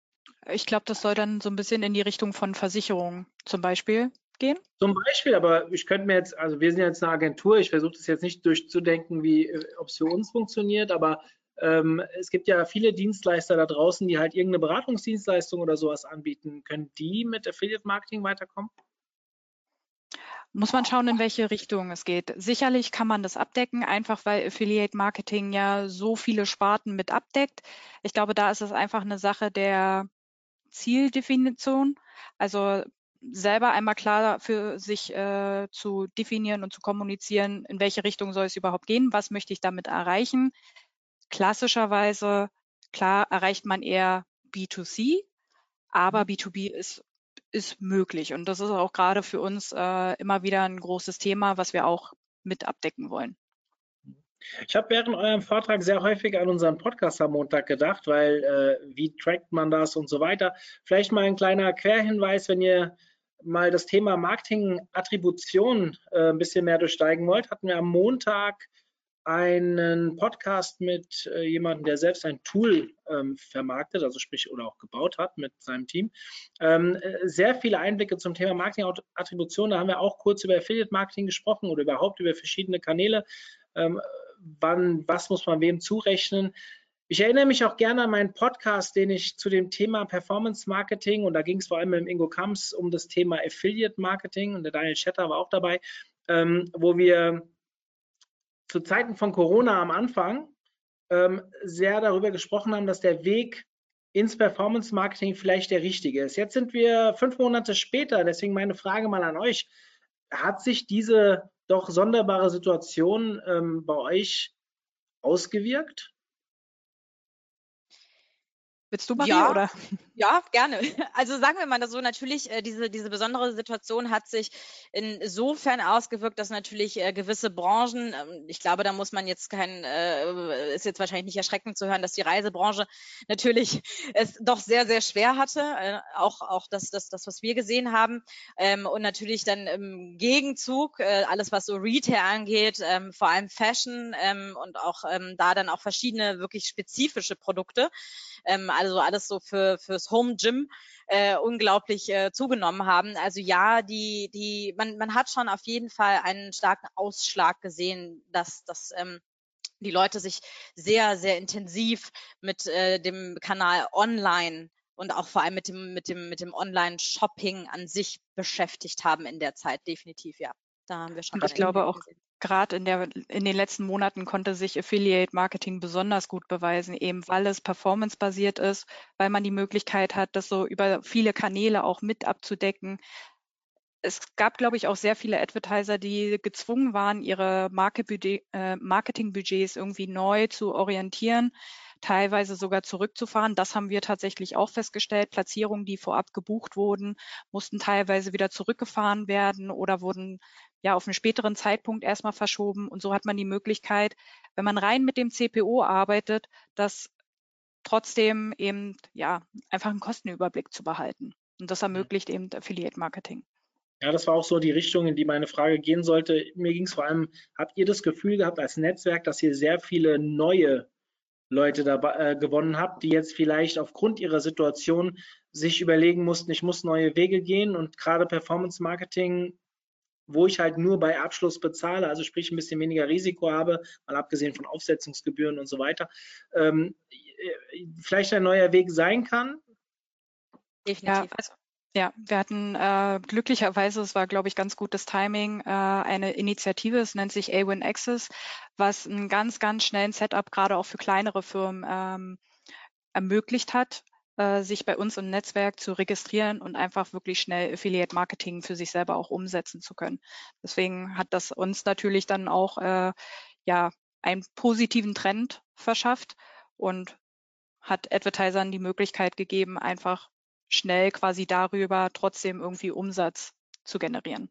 Ich glaube, das soll dann so ein bisschen in die Richtung von Versicherungen zum Beispiel gehen. Zum Beispiel, aber ich könnte mir jetzt, also wir sind jetzt eine Agentur, ich versuche das jetzt nicht durchzudenken, ob es für uns funktioniert, aber es gibt ja viele Dienstleister da draußen, die halt irgendeine Beratungsdienstleistung oder sowas anbieten. Können die mit Affiliate Marketing weiterkommen? Muss man schauen, in welche Richtung es geht. Sicherlich kann man das abdecken, einfach weil Affiliate Marketing ja so viele Sparten mit abdeckt. Ich glaube, da ist es einfach eine Sache der Zieldefinition. Also selber einmal klar für sich zu definieren und zu kommunizieren, in welche Richtung soll es überhaupt gehen, was möchte ich damit erreichen. Klassischerweise, klar, erreicht man eher B2C, aber B2B ist möglich. Und das ist auch gerade für uns immer wieder ein großes Thema, was wir auch mit abdecken wollen. Ich habe während eurem Vortrag sehr häufig an unseren Podcast am Montag gedacht, weil wie trackt man das und so weiter. Vielleicht mal ein kleiner Querhinweis, wenn ihr mal das Thema Marketing-Attribution ein bisschen mehr durchsteigen wollt, hatten wir am Montag einen Podcast mit jemandem, der selbst ein Tool vermarktet, also sprich oder auch gebaut hat mit seinem Team. Sehr viele Einblicke zum Thema Marketing-Attribution. Da haben wir auch kurz über Affiliate-Marketing gesprochen oder überhaupt über verschiedene Kanäle. Was muss man wem zurechnen? Ich erinnere mich auch gerne an meinen Podcast, den ich zu dem Thema Performance Marketing, und da ging es vor allem mit Ingo Kamps um das Thema Affiliate Marketing, und der Daniel Schetter war auch dabei, wo wir zu Zeiten von Corona am Anfang sehr darüber gesprochen haben, dass der Weg ins Performance Marketing vielleicht der richtige ist. Jetzt sind wir 5 Monate später, deswegen meine Frage mal an euch. Hat sich diese doch sonderbare Situation bei euch ausgewirkt? Willst du, Marie, Ja, oder? ja, gerne. Also sagen wir mal so, natürlich, diese besondere Situation hat sich insofern ausgewirkt, dass natürlich gewisse Branchen, ich glaube, da muss man jetzt ist jetzt wahrscheinlich nicht erschreckend zu hören, dass die Reisebranche natürlich es doch sehr, sehr schwer hatte, auch das, was wir gesehen haben. Und natürlich dann im Gegenzug alles, was so Retail angeht, vor allem Fashion und auch da dann auch verschiedene wirklich spezifische Produkte, also alles so fürs Home Gym unglaublich zugenommen haben. Also ja, man hat schon auf jeden Fall einen starken Ausschlag gesehen, dass die Leute sich sehr, sehr intensiv mit dem Kanal online und auch vor allem mit dem Online-Shopping an sich beschäftigt haben in der Zeit, definitiv, ja. Da haben wir schon. Und ich glaube auch, gerade in den letzten Monaten konnte sich Affiliate Marketing besonders gut beweisen, eben weil es performancebasiert ist, weil man die Möglichkeit hat, das so über viele Kanäle auch mit abzudecken. Es gab, glaube ich, auch sehr viele Advertiser, die gezwungen waren, ihre Marketingbudgets irgendwie neu zu orientieren, teilweise sogar zurückzufahren. Das haben wir tatsächlich auch festgestellt. Platzierungen, die vorab gebucht wurden, mussten teilweise wieder zurückgefahren werden oder wurden ja auf einen späteren Zeitpunkt erstmal verschoben. Und so hat man die Möglichkeit, wenn man rein mit dem CPO arbeitet, das trotzdem eben ja einfach einen Kostenüberblick zu behalten. Und das ermöglicht eben Affiliate Marketing. Ja, das war auch so die Richtung, in die meine Frage gehen sollte. Mir ging es vor allem, habt ihr das Gefühl gehabt als Netzwerk, dass ihr sehr viele neue Leute dabei gewonnen habt, die jetzt vielleicht aufgrund ihrer Situation sich überlegen mussten, ich muss neue Wege gehen, und gerade Performance Marketing, wo ich halt nur bei Abschluss bezahle, also sprich ein bisschen weniger Risiko habe, mal abgesehen von Aufsetzungsgebühren und so weiter, vielleicht ein neuer Weg sein kann? Definitiv. Ja, wir hatten glücklicherweise, es war, glaube ich, ganz gutes Timing, eine Initiative, es nennt sich A-Win Access, was einen ganz, ganz schnellen Setup gerade auch für kleinere Firmen ermöglicht hat, sich bei uns im Netzwerk zu registrieren und einfach wirklich schnell Affiliate Marketing für sich selber auch umsetzen zu können. Deswegen hat das uns natürlich dann auch einen positiven Trend verschafft und hat Advertisern die Möglichkeit gegeben, einfach schnell quasi darüber trotzdem irgendwie Umsatz zu generieren.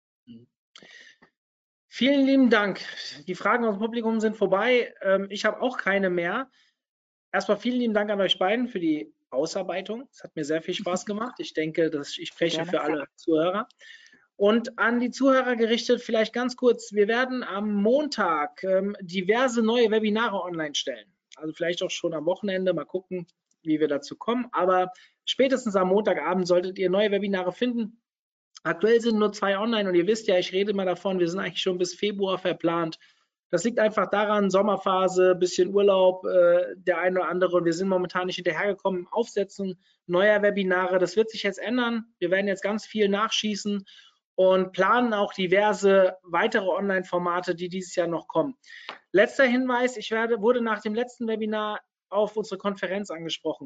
Vielen lieben Dank. Die Fragen aus dem Publikum sind vorbei. Ich habe auch keine mehr. Erstmal vielen lieben Dank an euch beiden für die Ausarbeitung. Es hat mir sehr viel Spaß gemacht. Ich denke, dass ich spreche für alle Zuhörer. Und an die Zuhörer gerichtet, vielleicht ganz kurz, wir werden am Montag diverse neue Webinare online stellen. Also vielleicht auch schon am Wochenende, mal gucken, wie wir dazu kommen. Aber spätestens am Montagabend solltet ihr neue Webinare finden. Aktuell sind nur 2 online und ihr wisst ja, ich rede mal davon, wir sind eigentlich schon bis Februar verplant. Das liegt einfach daran, Sommerphase, bisschen Urlaub, der eine oder andere. Und wir sind momentan nicht hinterhergekommen im Aufsetzen neuer Webinare. Das wird sich jetzt ändern. Wir werden jetzt ganz viel nachschießen und planen auch diverse weitere Online-Formate, die dieses Jahr noch kommen. Letzter Hinweis, wurde nach dem letzten Webinar auf unsere Konferenz angesprochen.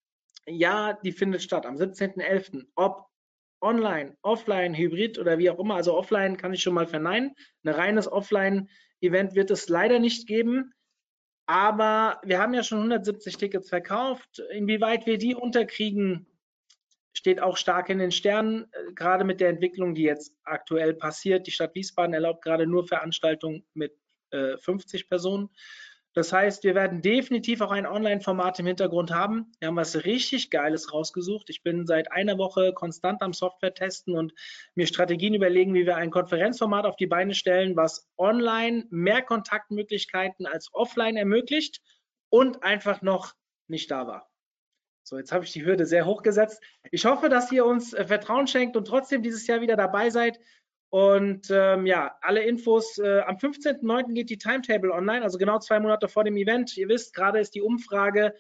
Ja, die findet statt am 17.11. Ob online, offline, hybrid oder wie auch immer, also offline kann ich schon mal verneinen. Ein reines Offline-Event wird es leider nicht geben, aber wir haben ja schon 170 Tickets verkauft. Inwieweit wir die unterkriegen, steht auch stark in den Sternen, gerade mit der Entwicklung, die jetzt aktuell passiert. Die Stadt Wiesbaden erlaubt gerade nur Veranstaltungen mit 50 Personen. Das heißt, wir werden definitiv auch ein Online-Format im Hintergrund haben. Wir haben was richtig Geiles rausgesucht. Ich bin seit einer Woche konstant am Software testen und mir Strategien überlegen, wie wir ein Konferenzformat auf die Beine stellen, was online mehr Kontaktmöglichkeiten als offline ermöglicht und einfach noch nicht da war. So, jetzt habe ich die Hürde sehr hoch gesetzt. Ich hoffe, dass ihr uns Vertrauen schenkt und trotzdem dieses Jahr wieder dabei seid. Und ja, alle Infos, am 15.09. geht die Timetable online, also genau 2 Monate vor dem Event. Ihr wisst, gerade ist die Umfrage,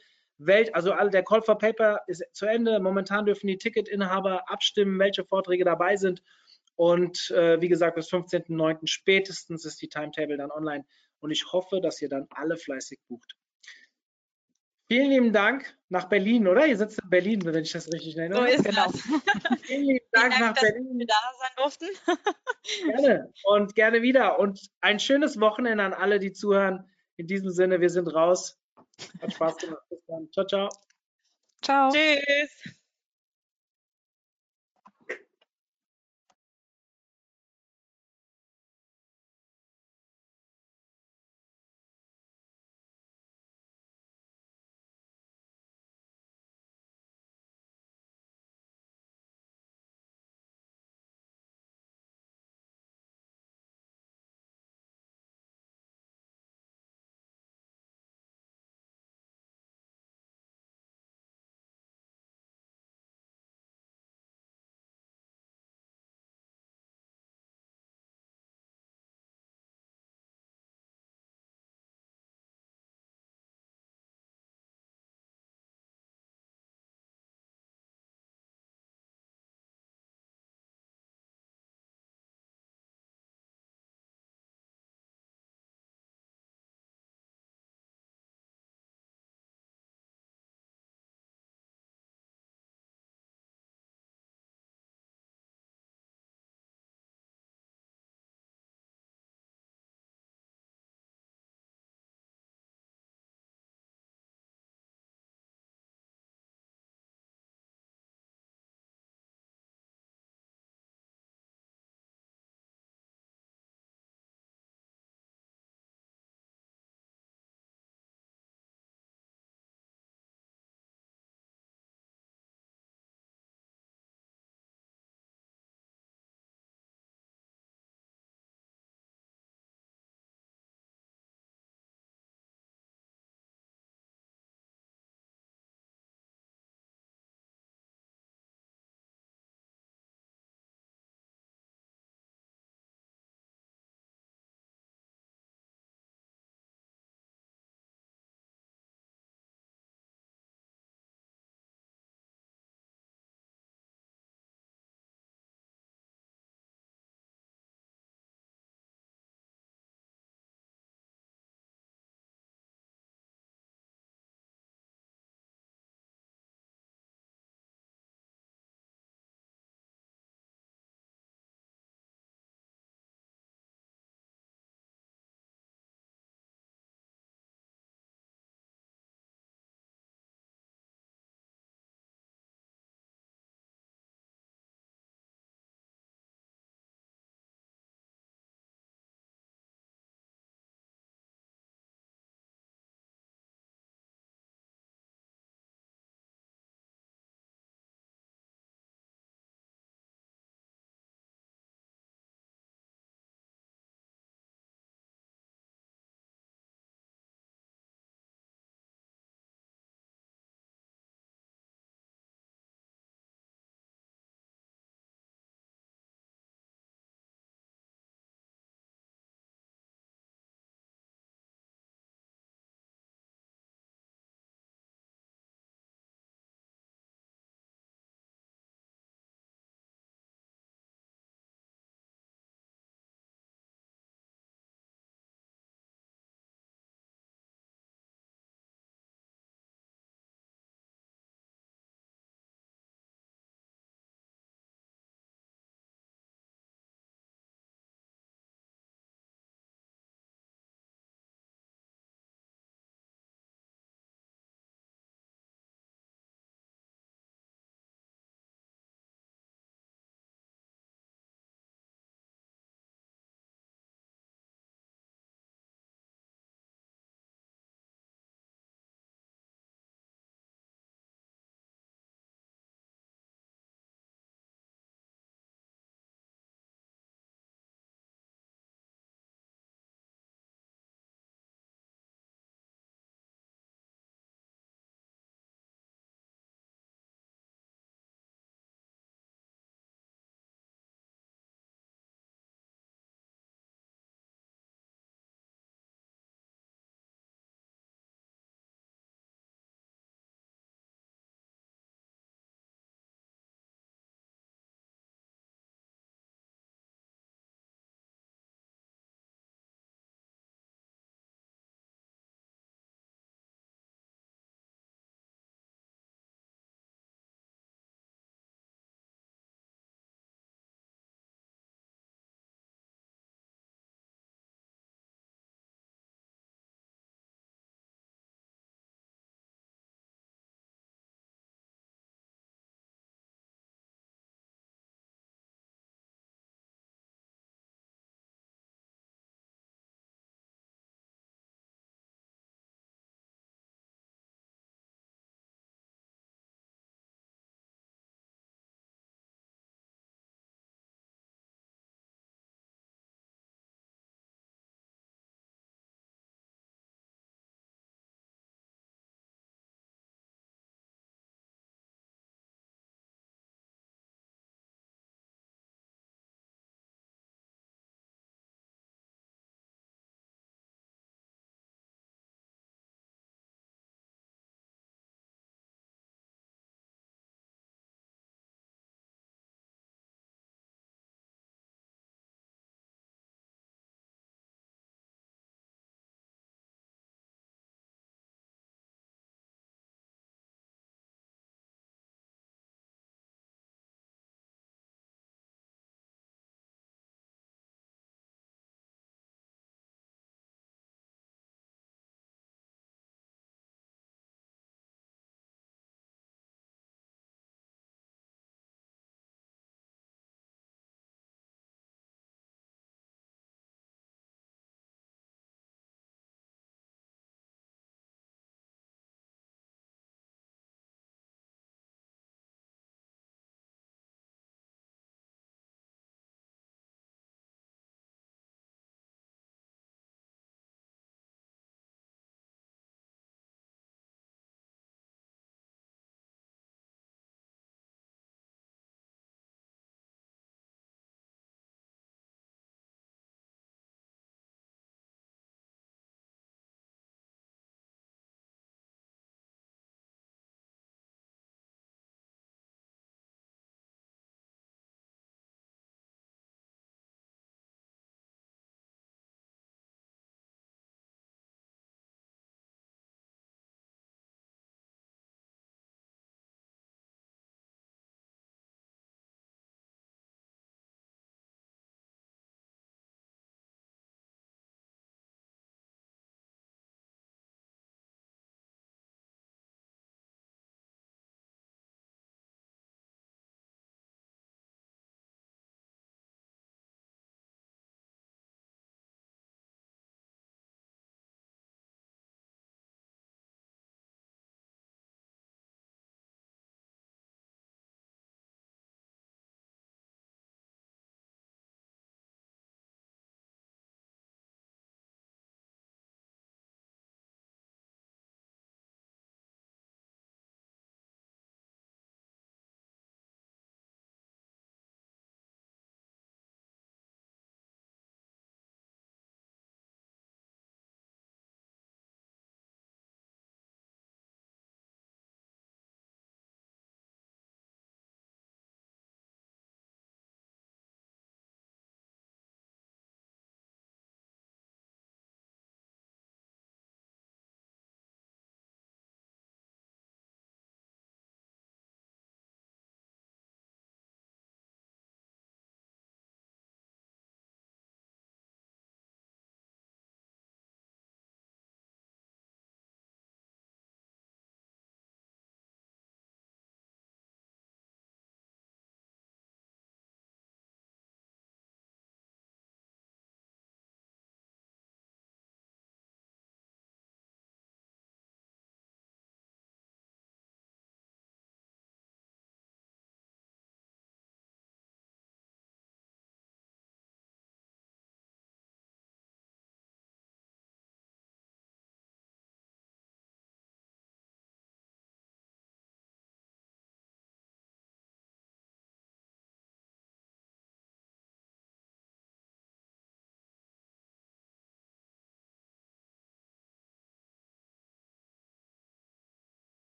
der Call for Paper ist zu Ende. Momentan dürfen die Ticketinhaber abstimmen, welche Vorträge dabei sind. Und wie gesagt, bis 15.09. spätestens ist die Timetable dann online. Und ich hoffe, dass ihr dann alle fleißig bucht. Vielen lieben Dank nach Berlin, oder? Ihr sitzt in Berlin, wenn ich das richtig nenne. So ist Genau. das. Vielen lieben Dank nach dass Berlin. wir da sein durften. Gerne und gerne wieder. Und ein schönes Wochenende an alle, die zuhören. In diesem Sinne, wir sind raus. Hat Spaß gemacht. Bis dann. Ciao, ciao. Ciao. Tschüss.